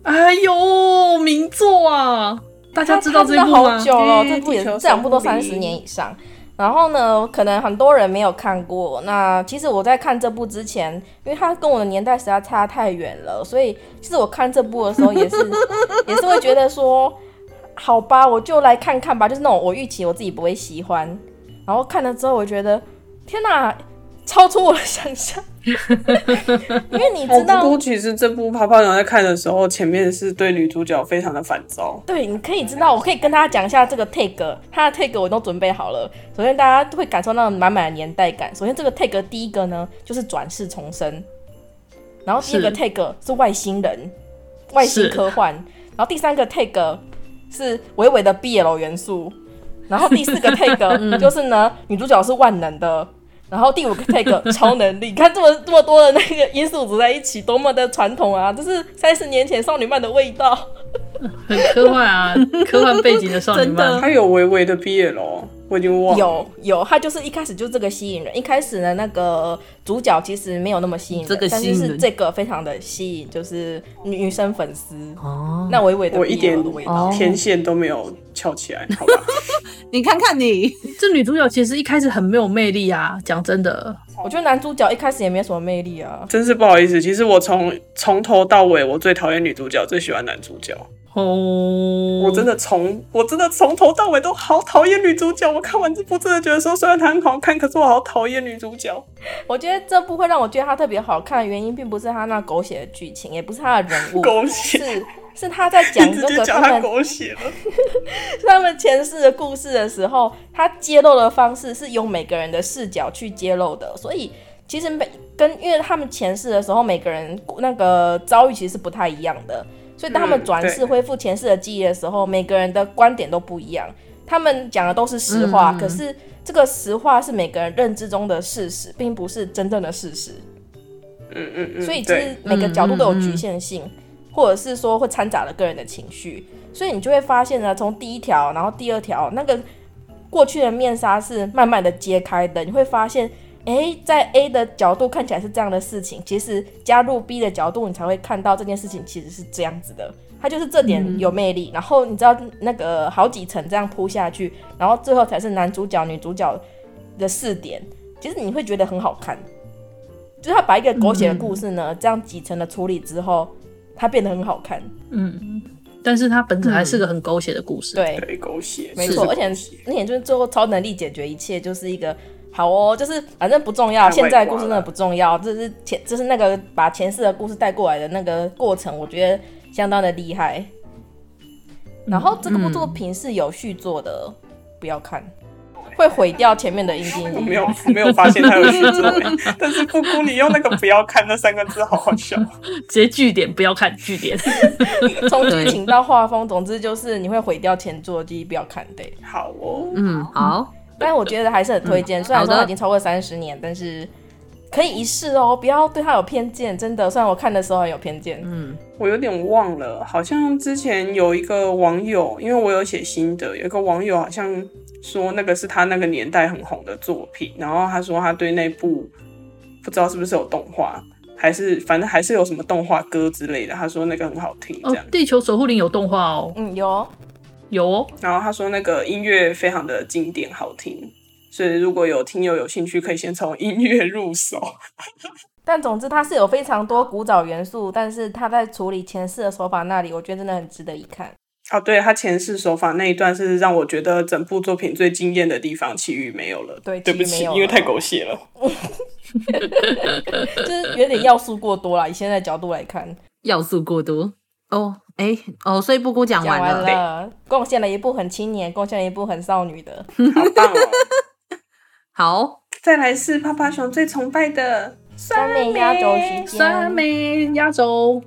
哎呦，名作啊！大家知道这部吗？ 好久了，这部也这两部都30年以上。然后呢，可能很多人没有看过。那其实我在看这部之前，因为它跟我的年代实在差太远了，所以其实我看这部的时候也是会觉得说，好吧，我就来看看吧。就是那种我预期我自己不会喜欢，然后看了之后，我觉得天哪，超出我的想象。因为你知道， 其实这部泡泡鸟在看的时候，前面是对女主角非常的烦躁。 对，你可以知道，我可以跟大家讲一下这个 tag， 它的 tag 我都准备好了。首先，大家会感受到满满的年代感。首先，这个 tag 第一个呢，就是转世重生，然后第二个 tag 是外星人、外星科幻，然后第三个 tag 是微微的 BL 元素，然后第四个 tag 就是呢，女主角是万能的。然后第5个 tag 超能力，你看这么多的那个因素组在一起，多么的传统啊！这是30年前少女漫的味道， 很科幻啊，科幻背景的少女漫。 它有微微的 BL， 我已经忘了。 有，它就是一开始就这个吸引人。一开始的那个主角其实没有那么吸引人，但是这个非常的吸引，就是女生粉丝。哦，那微微的 BL 的味道， 我一点天线都没有翘起来，好吧？ 你看看你， 这女主角其实一开始很没有魅力啊，讲真的。 我觉得男主角一开始也没什么魅力啊。 真是不好意思，其实我从头到尾，我最讨厌女主角，最喜欢男主角。 哦， 我真的从头到尾都好讨厌女主角。我看完这部真的觉得说，虽然它很好看，可是我好讨厌女主角。 我觉得这部会让我觉得它特别好看的原因，并不是它那狗血的剧情，也不是它的人物， 狗血是他在讲这个他们狗血了是他们前世的故事的时候，他揭露的方式是用每个人的视角去揭露的，所以其实因为他们前世的时候，每个人那个遭遇其实是不太一样的，所以当他们转世恢复前世的记忆的时候，每个人的观点都不一样。他们讲的都是实话，可是这个实话是每个人认知中的事实，并不是真正的事实。所以其实每个角度都有局限性。或者是说会掺杂了个人的情绪，所以你就会发现呢，从第一条，然后第二条，那个过去的面纱是慢慢的揭开的，你会发现，在 A 的角度看起来是这样的事情，其实加入 B 的角度，你才会看到这件事情其实是这样子的，它就是这点有魅力。然后你知道那个好几层这样铺下去，然后最后才是男主角、女主角的4点，其实你会觉得很好看，就是他把一个狗血的故事呢，这样几层的处理之后。它变得很好看， 但是它本质还是个很狗血的故事， 对， 狗血， 没错，而且那点就是最后超能力解决一切，就是一个好哦，就是反正不重要，现在的故事真的不重要，这是那个把前世的故事带过来的那个过程，我觉得相当的厉害。然后这部作品是有续作的，不要看。会毁掉前面的阴茎。 我没有发现他有续作，但是布谷你用那个不要看那3个字好好笑， 直接句点不要看句点， 从剧情到画风，总之就是你会毁掉前作，就不要看。对， 好哦， 好。 但我觉得还是很推荐，虽然说它已经超过30年，但是可以一试哦，不要对它有偏见，真的。虽然我看的时候很有偏见， 我有点忘了，好像之前有一个网友，因为我有写心得，有一个网友好像说那个是他那个年代很红的作品，然后他说他对那部不知道是不是有动画，还是反正还是有什么动画歌之类的，他说那个很好听这样。 地球守护灵有动画哦， 有哦。 然后他说那个音乐非常的经典好听，所以如果有听友有兴趣，可以先从音乐入手。 但总之它是有非常多古早元素，但是他在处理前世的手法那里，我觉得真的很值得一看。 对，他前世手法那一段是让我觉得整部作品最惊艳的地方，其余没有了。对不起，因为太狗血了。 就是有点要素过多啦，以现在的角度来看， 要素过多所以布谷讲完了， 贡献了一部很青年，贡献了一部很少女的， 好棒哦！ 好， 再来是泡泡熊最崇拜的酸梅压轴时间， 酸梅压轴。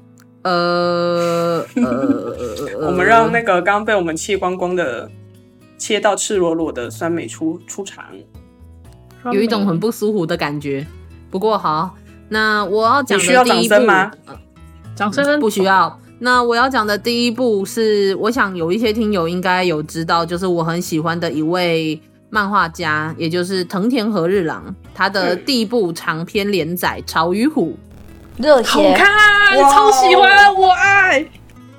我们让那个刚刚被我们切光光的、切到赤裸裸的酸梅出场， 有一种很不舒服的感觉。不过好，那我要讲的第一部， 你需要掌声吗？ 掌声不需要。那我要讲的第一部是，我想有一些听友应该有知道，就是我很喜欢的一位漫画家，也就是藤田和日郎，他的第一部长篇连载《潮与虎》。 热血， 好看，超喜欢，我爱。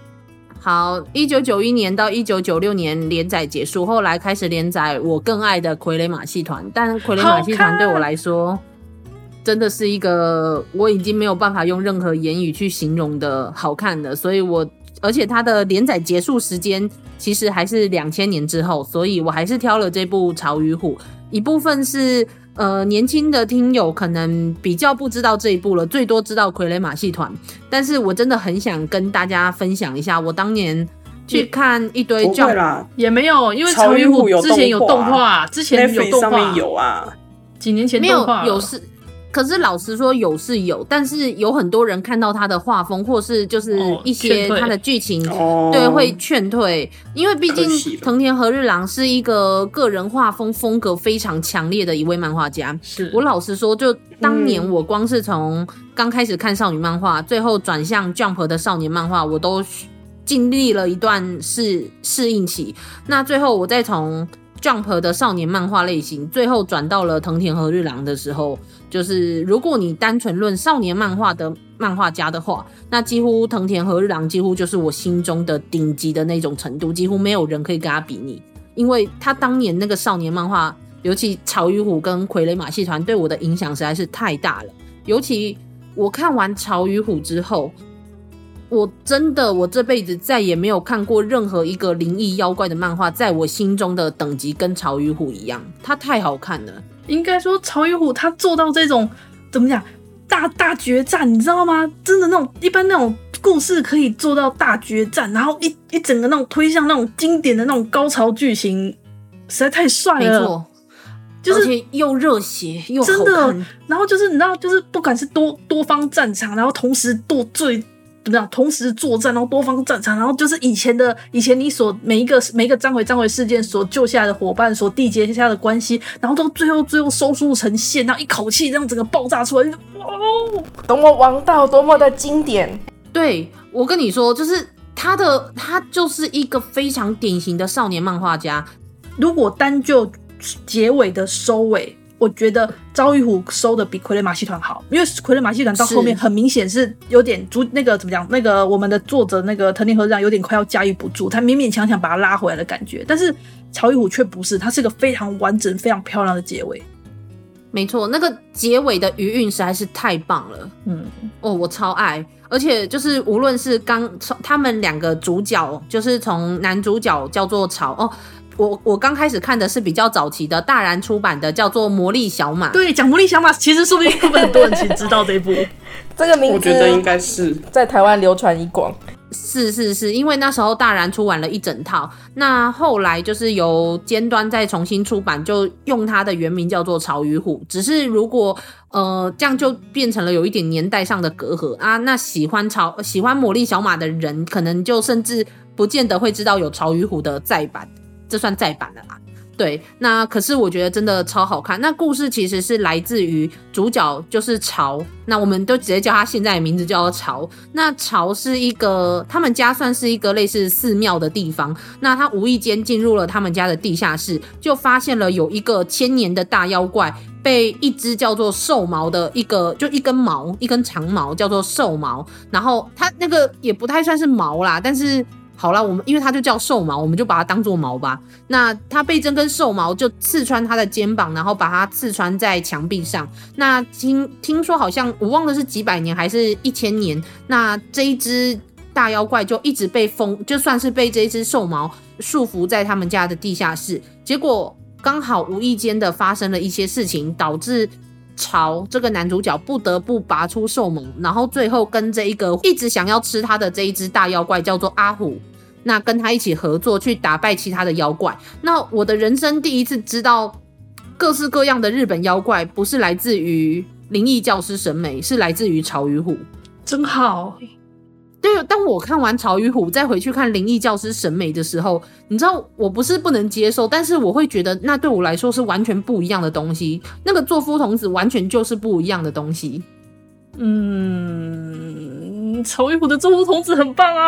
好，1991年到1996年连载结束，后来开始连载我更爱的傀儡马戏团，但傀儡马戏团对我来说真的是一个我已经没有办法用任何言语去形容的好看的，所以而且它的连载结束时间其实还是2000年之后，所以我还是挑了这部《潮与虎》。一部分是年轻的听友可能比较不知道这一部了，最多知道傀儡马戏团，但是我真的很想跟大家分享一下我当年去看一堆 Jump 也没有，因为潮与虎之前有动画，之前有动画， Netflix 上面有啊， 几年前动画有是。可是老实说有是有，但是有很多人看到他的画风或是就是一些他的剧情，对，会劝退，因为毕竟藤田和日郎是一个个人画风格非常强烈的一位漫画家。 是我老实说，就当年我光是从刚开始看少女漫画，最后转向 Jump 的少年漫画，我都经历了一段适应期。那最后我再从Jump 的少年漫画类型，最后转到了藤田和日郎的时候，就是如果你单纯论少年漫画的漫画家的话，那几乎藤田和日郎几乎就是我心中的顶级的那种程度，几乎没有人可以跟他比拟，因为他当年那个少年漫画，尤其潮与虎跟傀儡马戏团对我的影响实在是太大了。尤其我看完潮与虎之后，我这辈子再也没有看过任何一个灵异妖怪的漫画在我心中的等级跟潮与虎一样，它太好看了。 应该说潮与虎它做到这种怎么讲大决战，你知道吗？真的那种一般那种故事可以做到大决战，然后一整个那种推向那种经典的那种高潮剧情，实在太帅了。 没错， 就是而且又热血又好看， 真的。然后就是你知道，就是不管是多方战场，然后同时怎么样？同时作战，然后多方战场，然后就是以前你所每一个章回事件所救下来的伙伴，所缔结下的关系，然后到最后收束成线，然后一口气这样整个爆炸出来，哇！ 多么王道，多么的经典。 对，我跟你说，就是他就是一个非常典型的少年漫画家。 如果单就结尾的收尾，我觉得朝与虎收的比傀儡马戏团好，因为傀儡马戏团到后面很明显是有点那个怎么讲，那个我们的作者那个藤田和日郎有点快要驾驭不住，他勉勉强强把他拉回来的感觉，但是潮与虎却不是，它是个非常完整非常漂亮的结尾。 没错，那个结尾的余韵实在是太棒了。我超爱，而且就是无论是他们两个主角，就是从男主角叫做潮我刚开始看的是比较早期的大然出版的，叫做《魔力小马》。 对，讲魔力小马，其实说不定很多人其实知道这一部。 这个名字我觉得应该是在台湾流传一广。 是，因为那时候大然出完了一整套，那后来就是由尖端再重新出版，就用它的原名叫做潮与虎。只是如果这样就变成了有一点年代上的隔阂啊。那喜欢魔力小马的人，可能就甚至不见得会知道有潮与虎的再版。这算再版了啦，对，那可是我觉得真的超好看。那故事其实是来自于主角就是潮，那我们都直接叫他现在的名字叫做潮。那潮是一个他们家算是一个类似寺庙的地方，那他无意间进入了他们家的地下室，就发现了有一个千年的大妖怪被一只叫做兽毛的一根长毛叫做兽毛，然后它那个也不太算是毛啦，但是好啦，因为它就叫兽毛，我们就把它当作毛吧。那它被这根兽毛就刺穿它的肩膀，然后把它刺穿在墙壁上。那听说好像我忘了是几百年还是1000年，那这一只大妖怪就一直被就算是被这一只兽毛束缚在他们家的地下室。结果刚好无意间的发生了一些事情，导致潮这个男主角不得不拔出兽毛，然后最后跟这一个一直想要吃他的这一只大妖怪叫做阿虎，那跟他一起合作去打败其他的妖怪。那我的人生第一次知道各式各样的日本妖怪不是来自于灵异教师审美，是来自于潮与虎。 真好。 对，当我看完潮与虎再回去看灵异教师审美的时候，你知道我不是不能接受，但是我会觉得那对我来说是完全不一样的东西，那个作夫童子完全就是不一样的东西。 潮与虎的作夫童子很棒啊。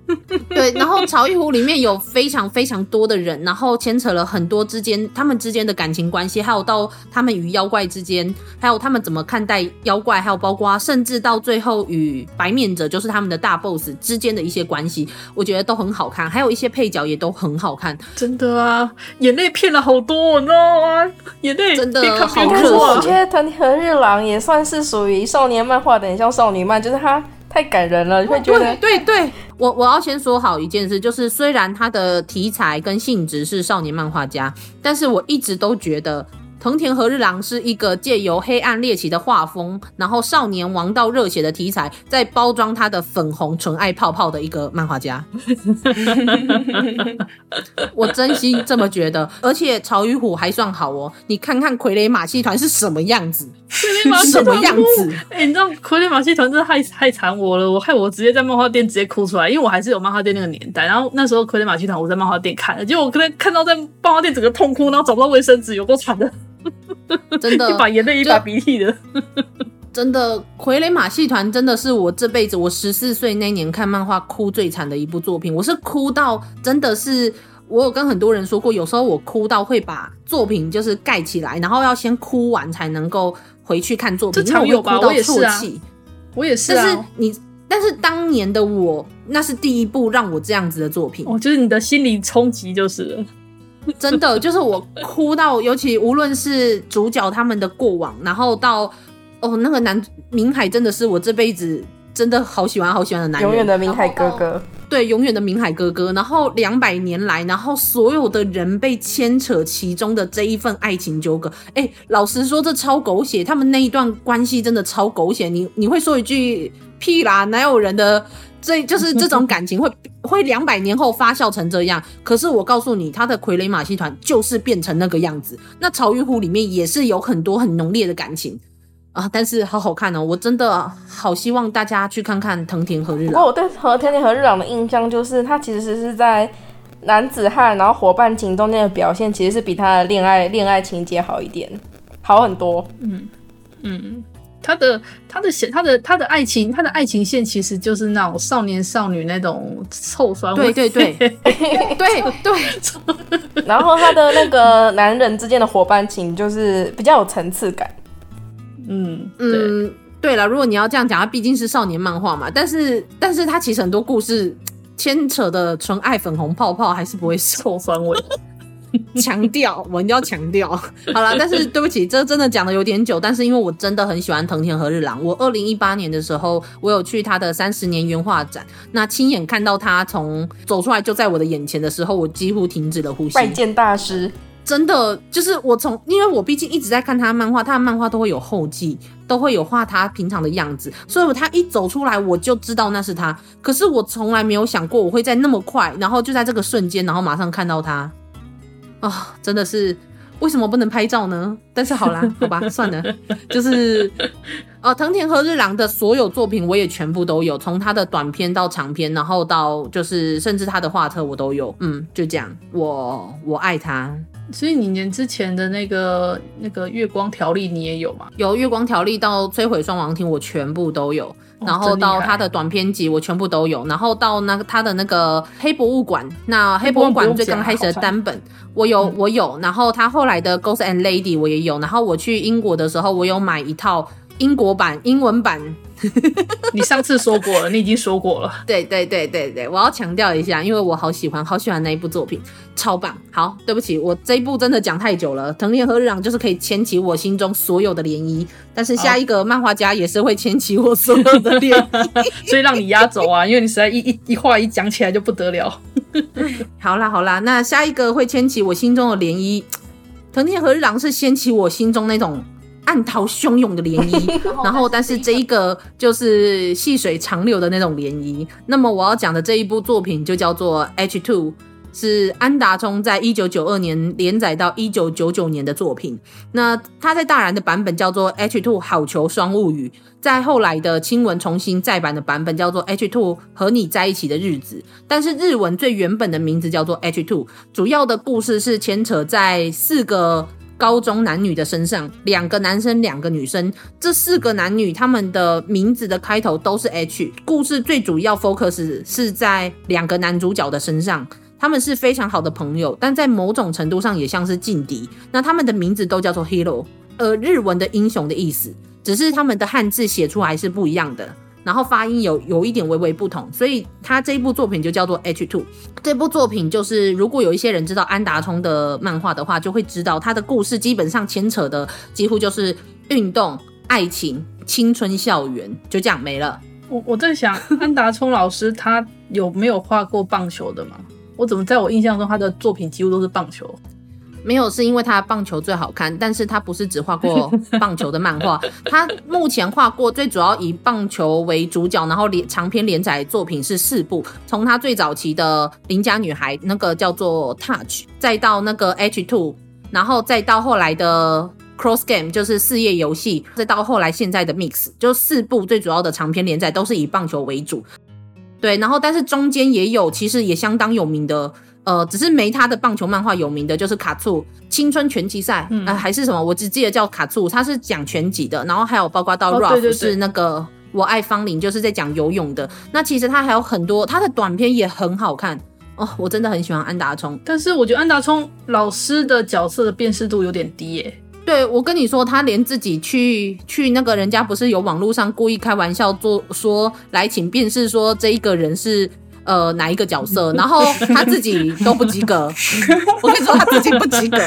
对，然后曹玉湖里面有非常非常多的人，然后牵扯了很多他们之间的感情关系，还有到他们与妖怪之间，还有他们怎么看待妖怪，还有包括甚至到最后与白面者就是他们的大 boss 之间的一些关系，我觉得都很好看，还有一些配角也都很好看。 真的啊，眼泪骗了好多，你知道吗？眼泪真的好热我觉得藤田和日郎也算是属于少年漫画的，很像少女漫，就是他太感人了，你会觉得对，我要先说好一件事，就是虽然他的题材跟性质是少年漫画家，但是我一直都觉得藤田和日郎是一个借由黑暗猎奇的画风，然后少年王道热血的题材，在包装他的粉红纯爱泡泡的一个漫画家。我真心这么觉得，而且曹玉虎还算好哦，你看看傀儡马戏团是什么样子，什么样子？ 你知道傀儡马戏团真的害惨我了，害我直接在漫画店直接哭出来，因为我还是有漫画店那个年代，然后那时候傀儡马戏团我在漫画店看的，结果我看到在漫画店整个痛哭，然后找不到卫生纸，有够惨的。 真的， 一把眼泪一把鼻涕的。 真的，傀儡马戏团真的是我这辈子我14岁那年看漫画哭最惨的一部作品。我是哭到真的是，我有跟很多人说过，有时候我哭到会把作品就是盖起来，然后要先哭完才能够回去看作品。 这常有吧？我也是啊，我也是啊。 但是当年的我，那是第一部让我这样子的作品。 哦，就是你的心理冲击就是了。 真的就是我哭到，尤其无论是主角他们的过往，然后到那个明海真的是我这辈子真的好喜欢好喜欢的男人， 永远的明海哥哥。 对，永远的明海哥哥。然后200年来，然后所有的人被牵扯其中的这一份爱情纠葛，老实说这超狗血，他们那一段关系真的超狗血。你会说一句屁啦，哪有人的就是这种感情会200年后发酵成这样？可是我告诉你，他的傀儡马戏团就是变成那个样子。那曹玉虎里面也是有很多很浓烈的感情啊，但是好好看哦！我真的好希望大家去看看藤田和日郎。 不过我对藤田和日郎的印象就是，他其实是在男子汉然后伙伴情中间的表现，其实是比他的恋爱情节好一点，好很多。 他的爱情线其实就是那种少年少女那种臭酸味。 对。 然后他的那个男人之间的伙伴情就是比较有层次感。 对了，如果你要这样讲，它毕竟是少年漫画嘛，但是它其实很多故事牵扯的纯爱粉红泡泡还是不会臭酸味。 强调，我一定要强调。好啦，但是对不起，这真的讲的有点久，但是因为我真的很喜欢藤田和日郎，我2018年的时候，我有去他的30年原画展，那亲眼看到他从走出来就在我的眼前的时候，我几乎停止了呼吸。 拜见大师。 真的就是因为我毕竟一直在看他的漫画，他的漫画都会有后记，都会有画他平常的样子，所以他一走出来我就知道那是他。可是我从来没有想过我会在那么快，然后就在这个瞬间，然后马上看到他。真的是为什么不能拍照呢？但是好啦，好吧，算了，就是藤田和日郎的所有作品我也全部都有，从他的短篇到长篇，然后到就是甚至他的画特我都有。就这样，我爱他。 所以你年之前的那个月光条例你也有吗？ 有，月光条例到摧毁双王厅我全部都有。然后到他的短篇集我全部都有，然后到他的那个黑博物馆，那黑博物馆最刚开始的单本我有，然后他后来的 Ghost and Lady 我也有，然后我去英国的时候我有买一套英国版英文版。 你上次说过了，你已经说过了。 对，我要强调一下，因为我好喜欢那一部作品，超棒。好，对不起，我这一部真的讲太久了。藤田和日郎就是可以牵起我心中所有的涟漪，但是下一个漫画家也是会牵起我所有的涟漪， 所以让你压轴啊，因为你实在一话一讲起来就不得了。 好啦，那下一个会牵起我心中的涟漪，藤田和日郎是掀起我心中那种暗涛汹涌的涟漪，然后但是这一个就是细水长流的那种涟漪。那么我要讲的这一部作品就叫做 H2， 是安达充在1992年连载到1999年的作品。那他在大然的版本叫做 H2 好球双物语，在后来的青文重新再版的版本叫做 H2 和你在一起的日子，但是日文最原本的名字叫做 H2。 主要的故事是牵扯在4个高中男女的身上，2个男生2个女生，这4个男女他们的名字的开头都是 H。故事最主要 focus 是在2个男主角的身上，他们是非常好的朋友，但在某种程度上也像是劲敌。那他们的名字都叫做 Hero， 日文的英雄的意思，只是他们的汉字写出来是不一样的。然后发音有一点微微不同，所以他这一部作品就叫做 H2。 这部作品就是如果有一些人知道安达充的漫画的话，就会知道他的故事基本上牵扯的几乎就是运动、爱情、青春校园，就这样没了。 我在想安达充老师他有没有画过棒球的吗？我怎么在我印象中他的作品几乎都是棒球？ 没有，是因为他棒球最好看，但是他不是只画过棒球的漫画，他目前画过最主要以棒球为主角，然后长篇连载作品是4部，从他最早期的邻家女孩那个叫做 Touch， 再到那个 H2， 然后再到后来的 Cross Game 就是4页游戏，再到后来现在的 Mix， 就4部最主要的长篇连载都是以棒球为主。对，然后但是中间也有其实也相当有名的只是没他的棒球漫画有名的就是卡醋青春拳击赛，还是什么，我只记得叫卡醋，他是讲拳击的，然后还有包括到 Ruff， 是那个我爱芳龄，就是在讲游泳的。那其实他还有很多，他的短片也很好看哦，我真的很喜欢安达充。 但是我觉得安达充老师的角色的辨识度有点低耶。 对，我跟你说，他连自己去那个人家不是有网络上故意开玩笑说来请辨识说这一个人是哪一个角色，然后他自己都不及格。我跟你说他自己不及格。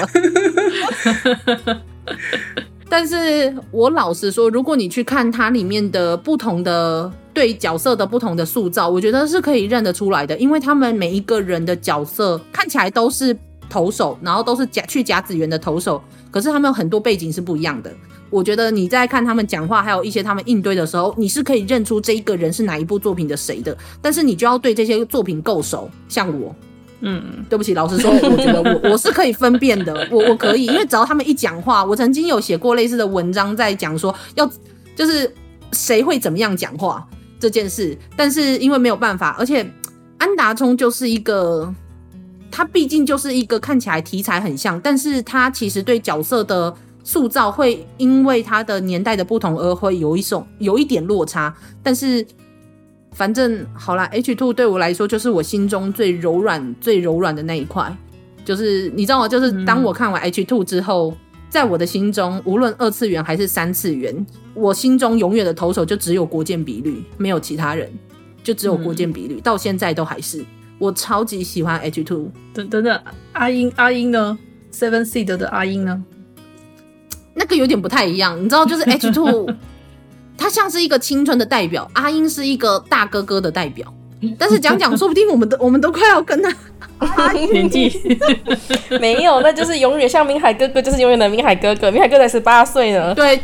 但是我老实说，如果你去看它里面的不同的对角色的不同的塑造，我觉得是可以认得出来的，因为他们每一个人的角色看起来都是投手，然后都是去甲子园的投手，可是他们有很多背景是不一样的。我觉得你在看他们讲话还有一些他们应对的时候，你是可以认出这一个人是哪一部作品的谁的，但是你就要对这些作品够熟。像我对不起，老实说我觉得我是可以分辨的，我可以，因为只要他们一讲话，我曾经有写过类似的文章在讲说就是谁会怎么样讲话这件事，但是因为没有办法，而且安达充就是一个他毕竟就是一个看起来题材很像，但是他其实对角色的塑造会因为他的年代的不同而会有一点落差。但是反正好啦， H2 对我来说就是我心中最柔软的那一块，就是你知道吗，就是当我看完 H2 之后，在我的心中无论2次元还是3次元，我心中永远的投手就只有国见比率，没有其他人，就只有国见比率，到现在都还是。我超级喜欢 H2。 等等，阿英呢？ Seven Seed 的阿英呢？ 那个有点不太一样，你知道，就是 H2 他像是一个青春的代表，阿英是一个大哥哥的代表，但是讲说不定我们都快要跟他年纪没有，那就是永远像明海哥哥就是永远的明海哥哥，明海哥才18岁呢。 对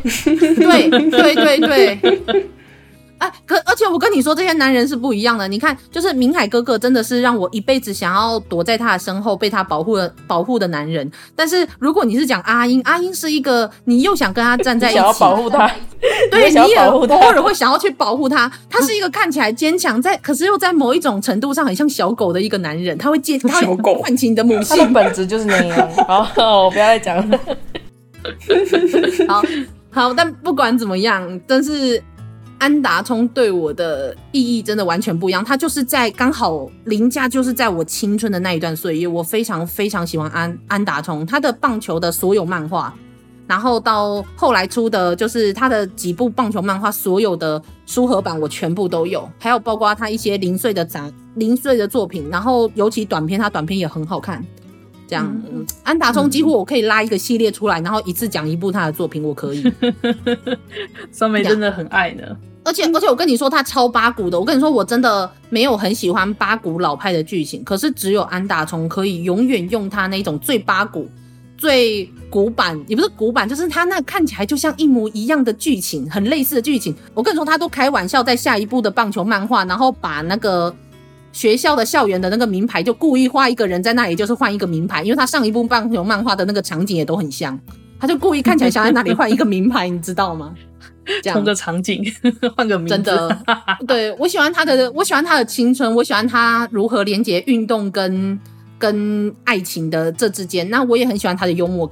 而且我跟你说，这些男人是不一样的。你看，就是明海哥哥真的是让我一辈子想要躲在他的身后被他保护的男人。但是如果你是讲阿英是一个你又想跟他站在一起， 想要保护他， 对，你也偶尔会想要去保护他。他是一个看起来坚强，可是又在某一种程度上很像小狗的一个男人，他会唤起你的母性。 他的本质就是那样。好，我不要再讲了。 好，但不管怎么样，但是安达充对我的意义真的完全不一样，他就是在刚好凌驾就是在我青春的那一段岁月，我非常非常喜欢安达充，他的棒球的所有漫画，然后到后来出的就是他的几部棒球漫画所有的书合版我全部都有，还有包括他一些零碎的作品，然后尤其短篇，他短篇也很好看。这样，安达充几乎我可以拉一个系列出来，然后一次讲一部他的作品，我可以。 酸梅真的很爱呢。 而且我跟你说他超八股的，我跟你说我真的没有很喜欢八股老派的剧情，可是只有安达充可以永远用他那种最八股最古板，也不是古板，就是他那看起来就像一模一样的剧情，很类似的剧情。我跟你说他都开玩笑在下一部的棒球漫画，然后把那个学校的校园的那个名牌就故意画一个人在那里，就是换一个名牌，因为他上一部棒球漫画的那个场景也都很像，他就故意看起来像在那里换一个名牌，你知道吗？ 同个场景换个名字， 真的。对，我喜欢他的青春，我喜欢他如何连结运动跟爱情的这之间，那我也很喜欢他的幽默感。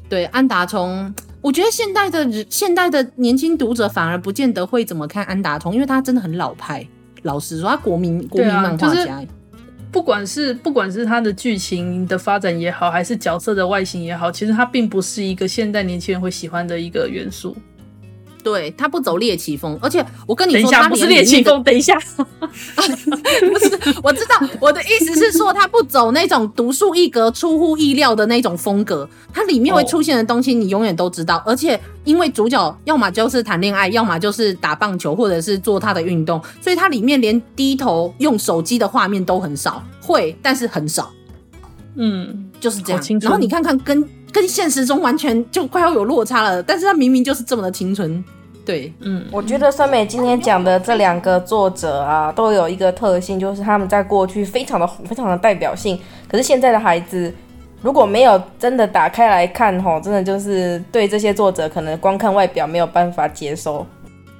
对，安达充，我觉得现代的年轻读者反而不见得会怎么看安达充，因为他真的很老派。老实说，他国民漫画家。就是不管是他的剧情的发展也好，还是角色的外形也好，其实他并不是一个现代年轻人会喜欢的一个元素。 对，他不走猎奇风，而且我跟你说， 等一下，不是猎奇风，等一下， 不是，我知道，我的意思是说，他不走那种独树一格、出乎意料的那种风格，它里面会出现的东西，你永远都知道。而且，因为主角要么就是谈恋爱，要么就是打棒球，或者是做他的运动，所以它里面连低头用手机的画面都很少，会，但是很少。就是这样。然后你看看跟现实中完全就快要有落差了，但是他明明就是这么的青春。对， 我觉得酸梅今天讲的这2个作者啊，都有一个特性，就是他们在过去非常的代表性。可是现在的孩子如果没有真的打开来看吼，真的就是对这些作者可能光看外表没有办法接受。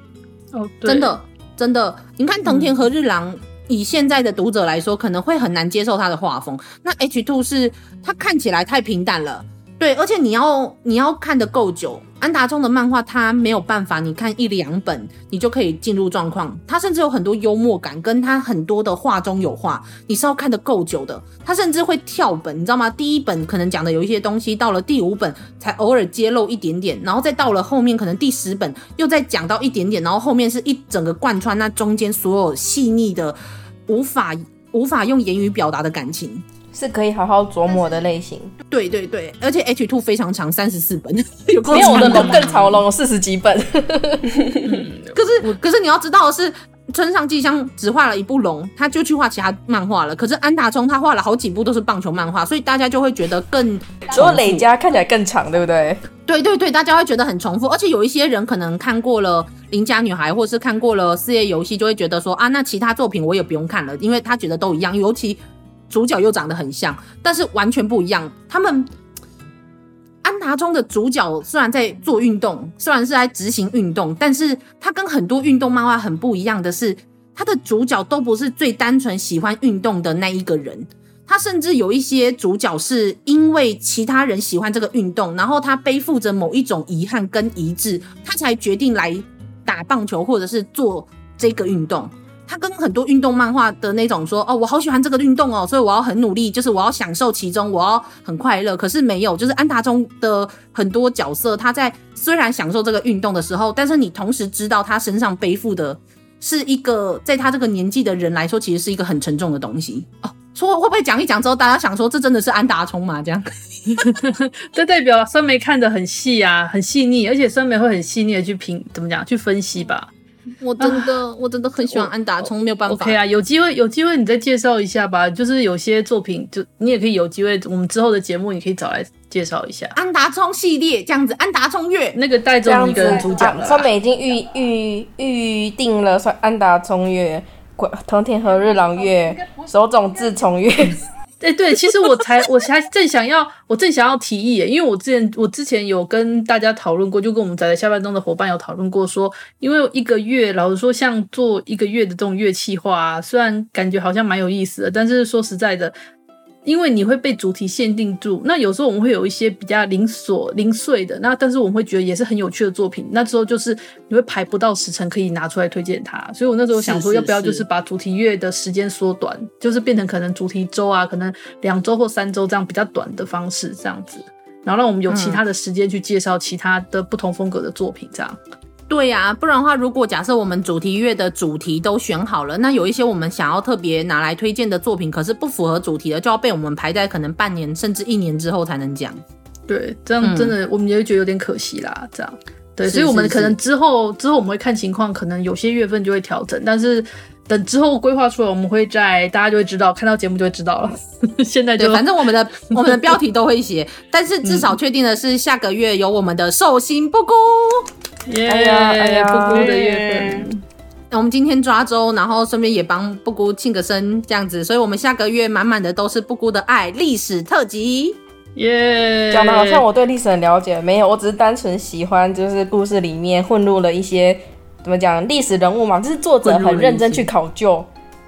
真的，你看藤田和日郎。以现在的读者来说，可能会很难接受他的画风。那 H2 是他看起来太平淡了，对，而且你要看得够久。安达充的漫画他没有办法，你看1-2本你就可以进入状况。他甚至有很多幽默感，跟他很多的画中有画，你是要看得够久的。他甚至会跳本，你知道吗？第1本可能讲的有一些东西，到了第5本才偶尔揭露一点点，然后再到了后面可能第10本又再讲到一点点，然后后面是一整个贯穿那中间所有细腻的无法用言语表达的感情。 是可以好好琢磨的类型。 对对对，而且 H2 非常长，34本， 没有我的龙更长，我龙有40几本。 可是你要知道的是，村上纪香只画了1部龙，他就去画其他漫画了。可是安达充他画了好几部都是棒球漫画，所以大家就会觉得更所有累加看起来更长，对不对？ 对对对，大家会觉得很重复。而且有一些人可能看过了《邻家女孩》或是看过了《四叶游戏》，就会觉得说啊，那其他作品我也不用看了，因为他觉得都一样，尤其主角又长得很像，但是完全不一样。他们安达充的主角虽然在做运动，虽然是在执行运动，但是他跟很多运动漫画很不一样的是，他的主角都不是最单纯喜欢运动的那一个人。他甚至有一些主角是因为其他人喜欢这个运动，然后他背负着某一种遗憾跟遗志，他才决定来打棒球或者是做这个运动。他跟很多运动漫画的那种说，哦，我好喜欢这个运动哦，所以我要很努力，就是我要享受其中，我要很快乐。可是没有，就是安达充的很多角色，他在虽然享受这个运动的时候，但是你同时知道他身上背负的是一个在他这个年纪的人来说，其实是一个很沉重的东西哦。说会不会讲一讲之后，大家想说这真的是安达充吗？这样， 这代表酸梅看得很细啊，很细腻，而且酸梅会很细腻的去去分析吧。 我真的很喜欢安达充，没有办法。 OK 啊，有机会你再介绍一下吧。就是有些作品，就你也可以有机会，我们之后的节目你可以找来介绍一下安达充系列这样子。安达充月那个带中一个人主讲了， 酸梅已经预定了安达充月、藤田和日郎月、手冢治虫月。 对，其实我正想要提议耶，因为我之前有跟大家讨论过，就跟我们宅在下半中的伙伴有讨论过说，因为一个月老实说像做1个月的这种乐器化啊，虽然感觉好像蛮有意思的，但是说实在的，因为你会被主题限定住，那有时候我们会有一些比较零碎的，那但是我们会觉得也是很有趣的作品，那时候就是你会排不到时程可以拿出来推荐它，所以我那时候想说要不要就是把主题月的时间缩短，就是变成可能主题周啊，可能2周或3周这样比较短的方式这样子，然后让我们有其他的时间去介绍其他的不同风格的作品这样。 对啊，不然的话，如果假设我们主题月的主题都选好了，那有一些我们想要特别拿来推荐的作品，可是不符合主题的，就要被我们排在可能半年甚至1年之后才能讲。 对，这样真的我们也会觉得有点可惜啦。这样，对，所以我们可能之后我们会看情况，可能有些月份就会调整，但是等之后规划出来，我们会大家就会知道，看到节目就会知道了。现在就对，反正我们的标题都会写，但是至少确定的是，下个月有我们的寿星布谷。 耶，布谷的月份。 我们今天抓周，然后顺便也帮布谷庆个生，这样子，所以我们下个月满满的都是布谷的爱历史特辑。 耶， 讲的好像我对历史很了解，没有，我只是单纯喜欢，就是故事里面混入了一些怎么讲历史人物嘛，就是作者很认真去考究，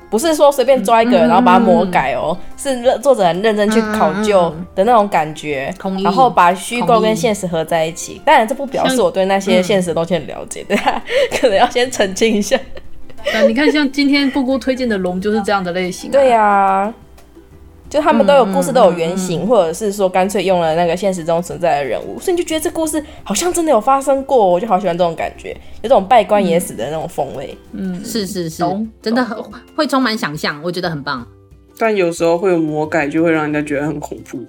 不是说随便抓一个人然后把它魔改哦，是作者很认真去考究的那种感觉，然后把虚构跟现实合在一起。当然这不表示我对那些现实的东西很了解，对啊，可能要先澄清一下。 你看像今天布谷推荐的龙就是这样的类型对啊，就他们都有故事都有原型，或者是说干脆用了那个现实中存在的人物，所以你就觉得这故事好像真的有发生过，我就好喜欢这种感觉，有这种拜官野史的那种风味。 是真的会充满想象，我觉得很棒。 但有时候会有魔改，就会让人家觉得很恐怖。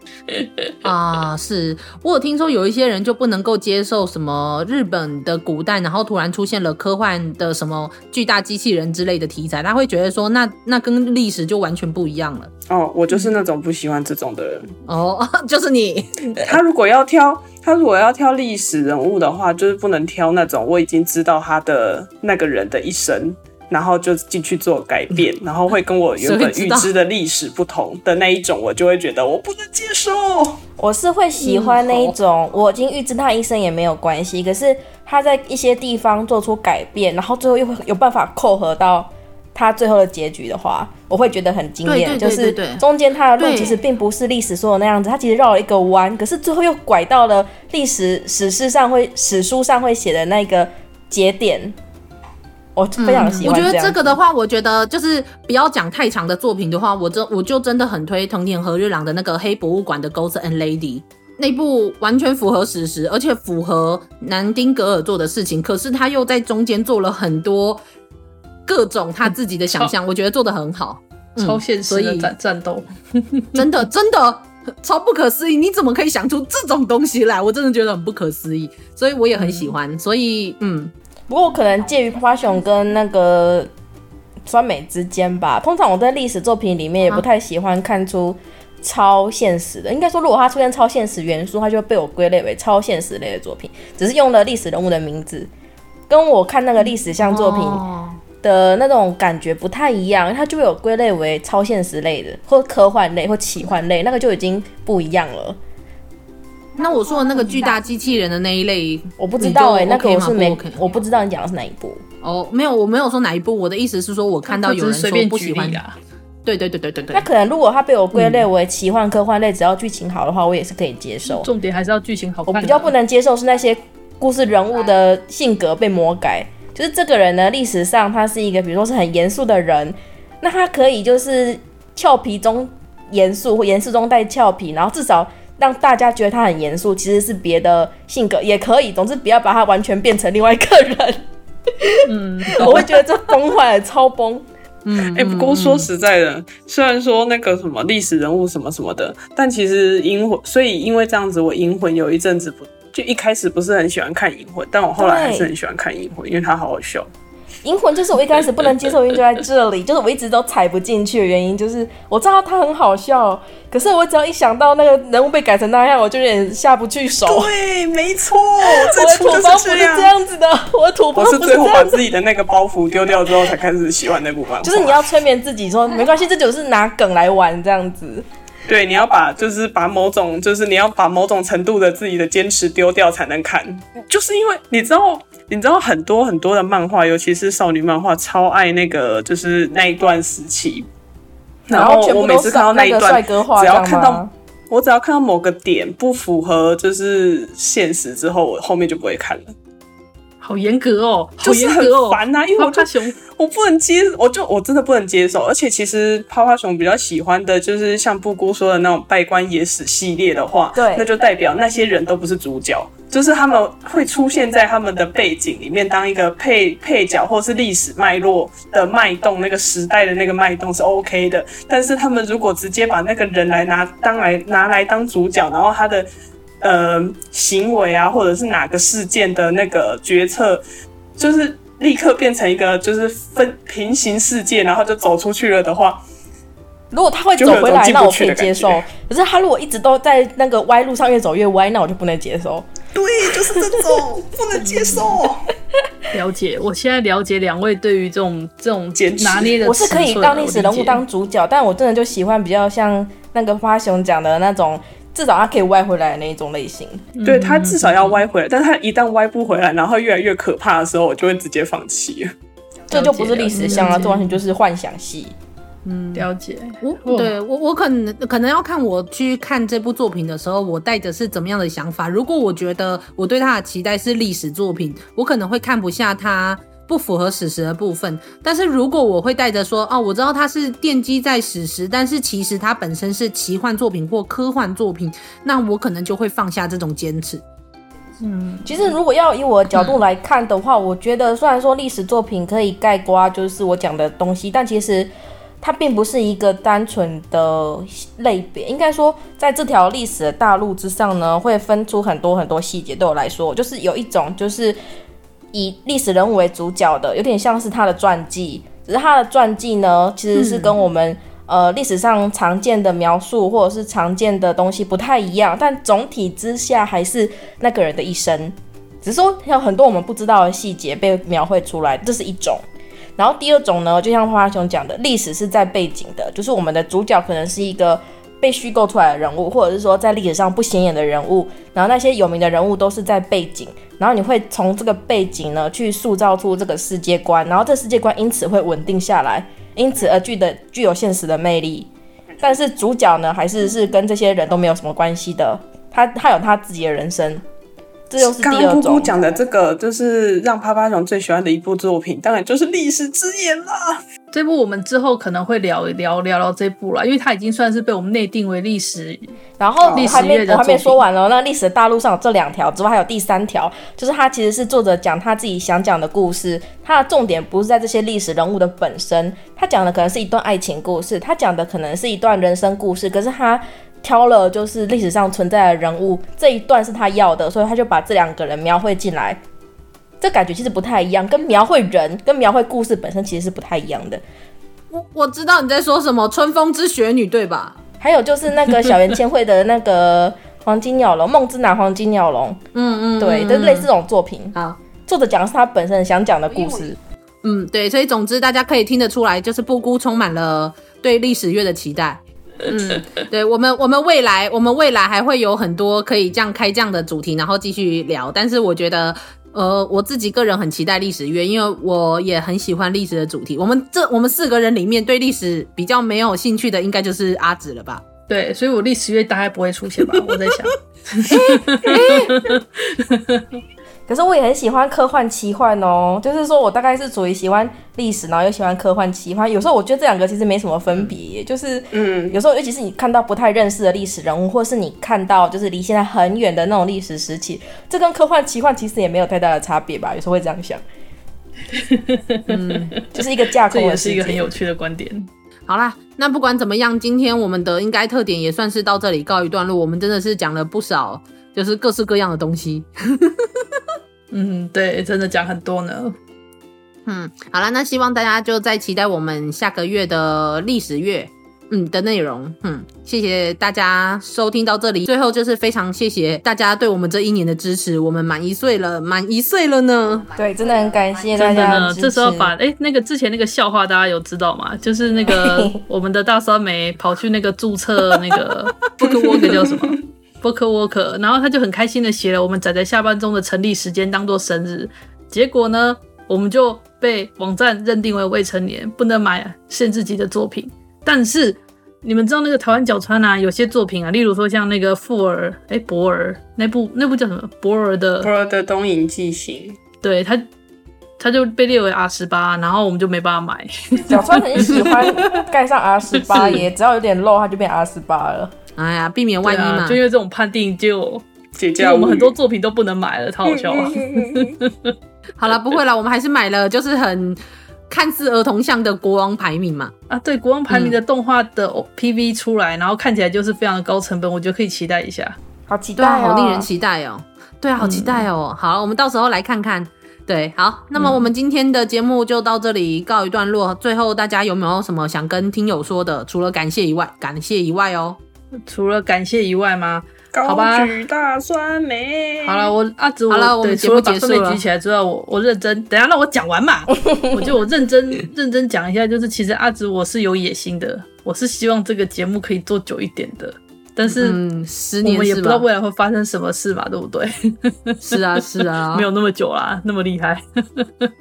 是我有听说有一些人就不能够接受什么日本的古代，然后突然出现了科幻的什么巨大机器人之类的题材，他会觉得说那跟历史就完全不一样了。 我就是那种不喜欢这种的人。 就是你。 他如果要挑历史人物的话，就是不能挑那种我已经知道他的那个人的一生，然后就进去做改变，然后会跟我原本预知的历史不同的那一种，我就会觉得我不能接受。 我是会喜欢那一种，我已经预知他一生也没有关系，可是他在一些地方做出改变，然后最后又会有办法扣合到他最后的结局的话，我会觉得很惊艳。就是中间他的路其实并不是历史说的那样子，他其实绕了一个弯，可是最后又拐到了史书上会写的那个节点。我非常喜欢这样。 我觉得这个的话，我觉得就是不要讲太长的作品的话，我就真的很推藤田和日郎的那个黑博物馆的 Ghost and Lady 那部，完全符合史实，而且符合南丁格尔做的事情，可是他又在中间做了很多各种他自己的想象，我觉得做得很好， 超现实的战斗， 真的超不可思议，你怎么可以想出这种东西来？我真的觉得很不可思议，所以我也很喜欢，所以不过我可能介于趴趴熊跟那个酸梅之间吧。通常我在历史作品里面也不太喜欢看出超现实的，应该说如果它出现超现实元素，它就会被我归类为超现实类的作品，只是用了历史人物的名字，跟我看那个历史像作品的那种感觉不太一样，它就会有归类为超现实类的，或科幻类或奇幻类，那个就已经不一样了。 那我说的那个巨大机器人的那一类， 我不知道那个我是没， OK 我不知道你讲的是哪一部。 没有，我没有说哪一部，我的意思是说我看到有人说不喜欢。对。 那可能如果它被我归类为奇幻科幻类，只要剧情好的话，我也是可以接受。 重点还是要剧情好看。 我比较不能接受是那些故事人物的性格被魔改，就是这个人呢，历史上他是一个比如说是很严肃的人，那他可以就是俏皮中严肃，或严肃中带俏皮，然后至少让大家觉得他很严肃，其实是别的性格也可以，总之不要把他完全变成另外一个人。我会觉得这崩坏了，超崩。 不过说实在的，虽然说那个什么历史人物什么什么的，但其实银魂，所以因为这样子，我银魂有一阵子就一开始不是很喜欢看银魂，但我后来还是很喜欢看银魂，因为它好好笑。 银魂就是我一开始不能接受的原因就在这里，就是我一直都踩不进去的原因，就是我知道它很好笑，可是我只要一想到那个人物被改成那样，我就有点下不去手。 对，没错， 我的土包不是这样子的，我的土包不是这样子的。 我是最后把自己的那个包袱丢掉之后，才开始喜欢那部漫画。 就是你要催眠自己说，没关系，这就是拿梗来玩这样子。 对，你要把某种，就是你要把某种程度的自己的坚持丢掉才能看，就是因为你知道很多很多的漫画，尤其是少女漫画，超爱那个就是那一段时期，然后我每次看到那一段，只要看到某个点不符合就是现实之后，我后面就不会看了。 好严格哦， 就是很烦啊，因为我不能接，我真的不能接受。而且其实趴趴熊比较喜欢的就是像布姑说的那种拜官野史系列的话， 对， 那就代表那些人都不是主角，就是他们会出现在他们的背景里面当一个配角，或是历史脉络的脉动，那个时代的那个脉动是 OK 的。但是他们如果直接把那个人拿来当主角，然后他的行为啊，或者是哪个事件的那个决策，就是立刻变成一个就是平行世界，然后就走出去了的话， 如果他会走回来，那我可以接受。可是他如果一直都在那个歪路上越走越歪，那我就不能接受。 对，就是这种不能接受。 了解，我现在了解两位对于这种拿捏的， 我是可以让历史人物当主角，但我真的就喜欢比较像那个花熊讲的那种。至少他可以歪回来的那一种类型， 对，他至少要歪回来，但他一旦歪不回来，然后越来越可怕的时候，我就会直接放弃了。 这就不是历史像啊，这完全就是幻想戏。 了解。 我可能要看我去看这部作品的时候，我带着是怎么样的想法。如果我觉得我对它的期待是历史作品，我可能会看不下它不符合史实的部分。但是如果我会带着说，我知道它是奠基在史实，但是其实它本身是奇幻作品或科幻作品，那我可能就会放下这种坚持。 其实如果要以我的角度来看的话，我觉得虽然说历史作品可以概括就是我讲的东西，但其实它并不是一个单纯的类别，应该说在这条历史的大陆之上呢，会分出很多很多细节。对我来说，就是有一种就是以历史人物为主角的，有点像是他的传记，只是他的传记呢，其实是跟我们历史上常见的描述或者是常见的东西不太一样，但总体之下还是那个人的一生，只是说有很多我们不知道的细节被描绘出来，这是一种。然后第二种呢，就像花花熊讲的，历史是在背景的，就是我们的主角可能是一个被虚构出来的人物，或者是说在历史上不显眼的人物，然后那些有名的人物都是在背景，然后你会从这个背景呢去塑造出这个世界观，然后这世界观因此会稳定下来，因此而具有现实的魅力。但是主角呢，还是跟这些人都没有什么关系的，他有他自己的人生。这就是第二种。 刚刚姑姑讲的这个，就是让趴趴熊最喜欢的一部作品，当然就是《历史之眼》啦。 这部我们之后可能会聊这部啦，因为它已经算是被我们内定为历史。 然后我还没说完了，那历史的大陆上有这2条之外，还有第3条，就是它其实是作者讲他自己想讲的故事，它的重点不是在这些历史人物的本身，他讲的可能是一段爱情故事，他讲的可能是一段人生故事，可是他挑了就是历史上存在的人物这一段是他要的，所以他就把这2个人描绘进来。这感觉其实不太一样，跟描绘人跟描绘故事本身其实是不太一样的。 我知道你在说什么，春风之雪女对吧？ 还有就是那个小圆千惠的那个黄金鸟笼，梦之男黄金鸟笼，对，就类似这种作品。好，作者讲的是他本身想讲的故事。 对，所以总之大家可以听得出来，就是布姑充满了对历史乐的期待。对，我们未来还会有很多可以开这样的主题，然后继续聊。但是我觉得，我自己个人很期待历史乐，因为我也很喜欢历史的主题。我们4个人里面对历史比较没有兴趣的，应该就是阿紫了吧？ 对，所以我历史乐大概不会出现吧？我在想。 可是我也很喜欢科幻奇幻哦，就是说我大概是属于喜欢历史，然后又喜欢科幻奇幻。有时候我觉得这2个其实没什么分别，就是有时候尤其是你看到不太认识的历史人物，或是你看到就是离现在很远的那种历史时期，这跟科幻奇幻其实也没有太大的差别吧？有时候会这样想。就是一个架空的世界， 这也是一个很有趣的观点。 好啦，那不管怎么样，今天我们的应该特点也算是到这里告一段落。我们真的是讲了不少，就是各式各样的东西。 对，真的讲很多呢。 好啦，那希望大家就再期待我们下个月的历史月的内容。谢谢大家收听到这里。最后就是非常谢谢大家对我们这1年的支持，我们满1岁了呢。 对，真的很感谢大家的支持。 这时候把那个之前那个笑话大家有知道吗？就是那个我们的大酸梅跑去那个注册那个 Bookwalker 叫什么Bookwalker， 然后他就很开心的写了我们宅宅下班中的成立时间当做生日，结果呢我们就被网站认定为未成年，不能买限制级的作品。但是你们知道那个台湾角川啊，有些作品啊，例如说像那个博尔那部叫什么？博尔的东瀛记行， 对，他就被列为 R18， 然后我们就没办法买。 角川很喜欢盖上 R18 耶，只要有点漏，他就变 R18 了。 哎呀，避免万一嘛。 就因为这种判定就我们很多作品都不能买了，太好笑了。 好了，不会了，我们还是买了，就是很看似儿童向的国王排名嘛。 对，国王排名的动画的 PV 出来，然后看起来就是非常的高成本，我觉得可以期待一下。 好期待哦， 好令人期待哦。对啊，好期待哦。好，我们到时候来看看。对，好，那么我们今天的节目就到这里告一段落。最后大家有没有什么想跟听友说的？除了感谢以外哦。 除了感谢以外吗？ 好吧， 高举大酸梅。 好了，阿紫， 好了，我们节目结束了。 除了把酸梅举起来之后，我认真，等一下让我讲完嘛。我认真讲一下，就是其实阿紫我是有野心的，我是希望这个节目可以做久一点的。但是 10年我们也不知道未来会发生什么事嘛，对不对？ 是啊， 没有那么久啦，那么厉害。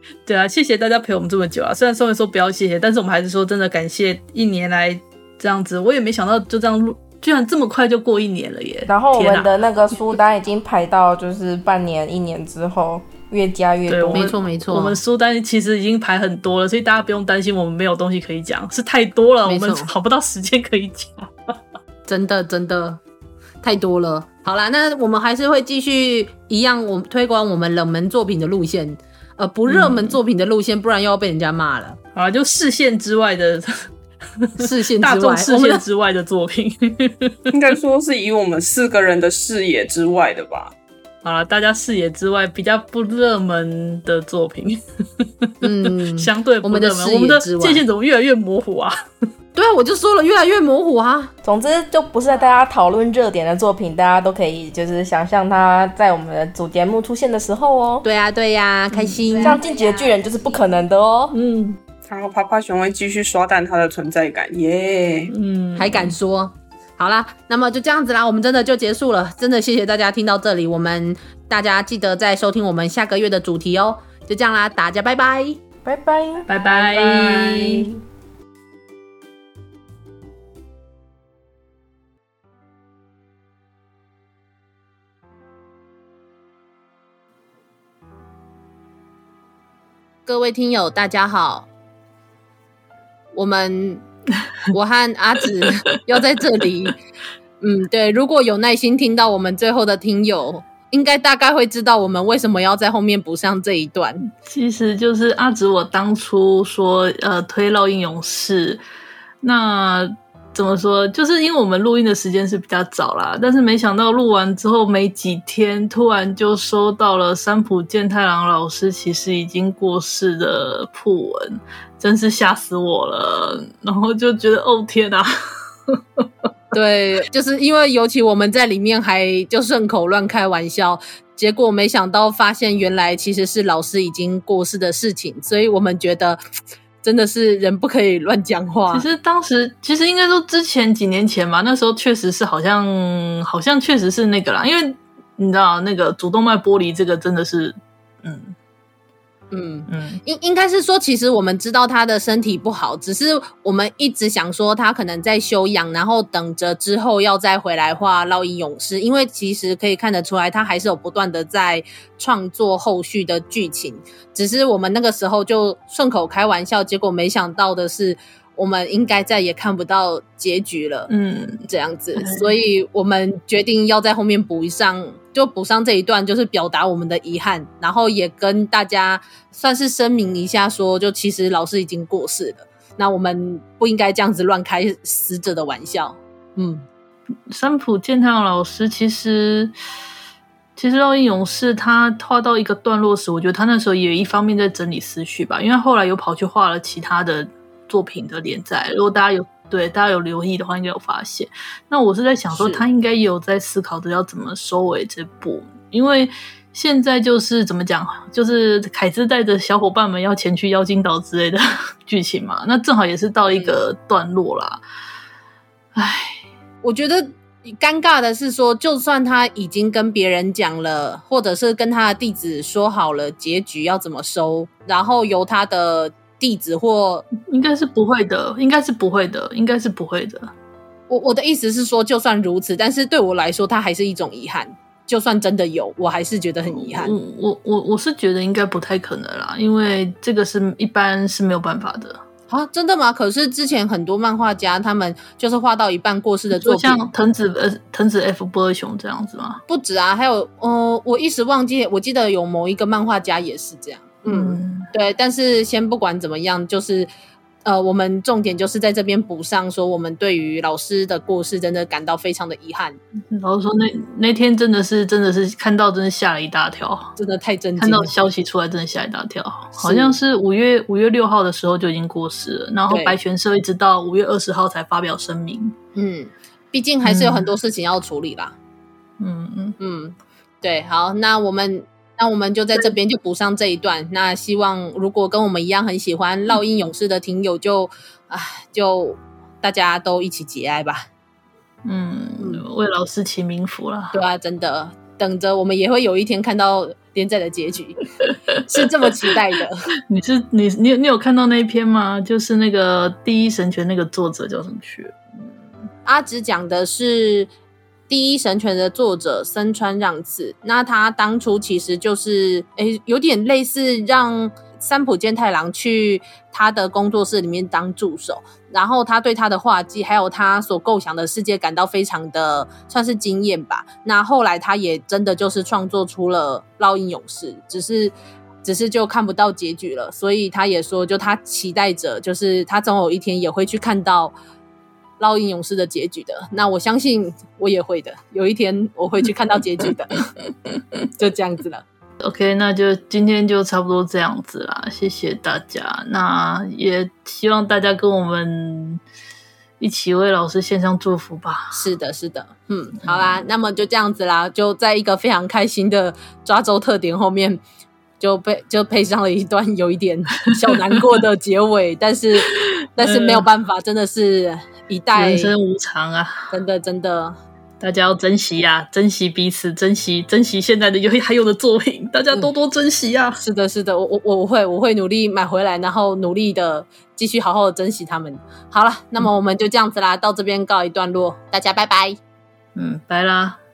对啊，谢谢大家陪我们这么久啊！虽然说不要谢谢，但是我们还是说真的感谢一年来这样子，我也没想到就这样录，居然这么快就过1年了耶！ 然后我们的那个书单已经排到就是半年、1年之后越加越多。 没错没错， 我们书单其实已经排很多了，所以大家不用担心我们没有东西可以讲，是太多了，我们找不到时间可以讲。 真的太多了。好啦，那我们还是会继续一样，我们推广我们冷门作品的路线，不热门作品的路线，不然又要被人家骂了。 好啦，就视线之外的视线之外， 大众视线之外的作品， 应该说是以我们4个人的视野之外的吧。 好了，大家视野之外比较不热门的作品，相对不热门，我们的界限怎么越来越模糊啊？ 对啊，我就说了，越来越模糊啊。 总之，就不是大家讨论热点的作品，大家都可以就是想象它在我们的主节目出现的时候哦。 对啊，开心。 像进击的巨人就是不可能的哦。 然后趴趴熊会继续刷淡它的存在感，耶！ 还敢说？好啦，那么就这样子啦，我们真的就结束了。真的谢谢大家听到这里，我们大家记得再收听我们下个月的主题哦。就这样啦，大家拜拜， 拜拜， 拜拜。 各位听友大家好，我和阿紫要在这里对，如果有耐心听到我们最后的听友应该大概会知道我们为什么要在后面补上这一段。 其实就是阿紫我当初说推烙印勇士，那怎么说，就是因为我们录音的时间是比较早啦，但是没想到录完之后没几天，突然就收到了三浦健太郎老师其实已经过世的讣文，真是吓死我了。然后就觉得哦天啊对，就是因为尤其我们在里面还就顺口乱开玩笑，结果没想到发现原来其实是老师已经过世的事情，所以我们觉得真的是人不可以乱讲话。 其实当时应该说之前几年前嘛，那时候确实是好像确实是那个啦，因为你知道那个主动脉剥离这个真的是应该是说其实我们知道他的身体不好，只是我们一直想说他可能在休养，然后等着之后要再回来画烙印勇士，因为其实可以看得出来他还是有不断的在创作后续的剧情，只是我们那个时候就顺口开玩笑，结果没想到的是我们应该再也看不到结局了这样子，所以我们决定要在后面补上这一段，就是表达我们的遗憾，然后也跟大家算是声明一下说，就其实老师已经过世了，那我们不应该这样子乱开死者的玩笑。 三浦健太郎老师其实烙印勇士他画到一个段落时，我觉得他那时候也一方面在整理思绪吧，因为他后来有跑去画了其他的作品的连载，如果大家有留意的话应该有发现。那我是在想说他应该也有在思考着要怎么收尾这部，因为现在就是怎么讲，就是凯兹带着小伙伴们要前去妖精岛之类的剧情嘛，那正好也是到一个段落啦。 我觉得尴尬的是说，就算他已经跟别人讲了，或者是跟他的弟子说好了结局要怎么收，然后由他的弟子或应该是不会的。 我的意思是说，就算如此，但是对我来说，它还是一种遗憾。就算真的有，我还是觉得很遗憾。 我是觉得应该不太可能啦，因为这个是一般是没有办法的。 啊，真的吗？可是之前很多漫画家他们就是画到一半过世的作品， 像藤子 F 不二雄这样子吗？ 不止啊，还有我一时忘记，我记得有某一个漫画家也是这样。对，但是先不管怎么样，就是我们重点就是在这边补上说，我们对于老师的过世真的感到非常的遗憾。 老实说，那天真的是看到真的吓了一大跳， 真的太震惊了。 看到消息出来真的吓一大跳，好像是5月6号的时候就已经过世了，然后白泉社一直到5月20号才发表声明。 毕竟还是有很多事情要处理啦。对，好，那我们就在这边就补上这一段。那希望如果跟我们一样很喜欢烙印勇士的听友就大家都一起节哀吧。 为老师祈冥福啦。 对啊，真的等着我们也会有一天看到连载的结局，是这么期待的。 你有看到那一篇吗？就是那个第一神拳那个作者叫什么去了？ 阿直讲的是第一神拳的作者森川让次，那他当初其实就是有点类似让三浦健太郎去他的工作室里面当助手，然后他对他的画技还有他所构想的世界感到非常的算是惊艳吧。那后来他也真的就是创作出了烙印勇士，只是就看不到结局了，所以他也说就他期待着就是他总有一天也会去看到烙印勇士的结局的。那我相信我也会的，有一天我会去看到结局的。就这样子了。 OK， 那就今天就差不多这样子啦，谢谢大家。那也希望大家跟我们一起为老师献上祝福吧。 是的，是的，好啦，那么就这样子啦，就在一个非常开心的抓周特点后面，就配上了一段有一点小难过的结尾，但是没有办法，真的是一代人生无常啊， 真的。 大家要珍惜啊，珍惜彼此，珍惜现在的还有的作品，大家多多珍惜啊。 是的，是的，我会努力买回来，然后努力的继续好好的珍惜他们。好了，那么我们就这样子啦，到这边告一段落，大家拜拜。 拜啦。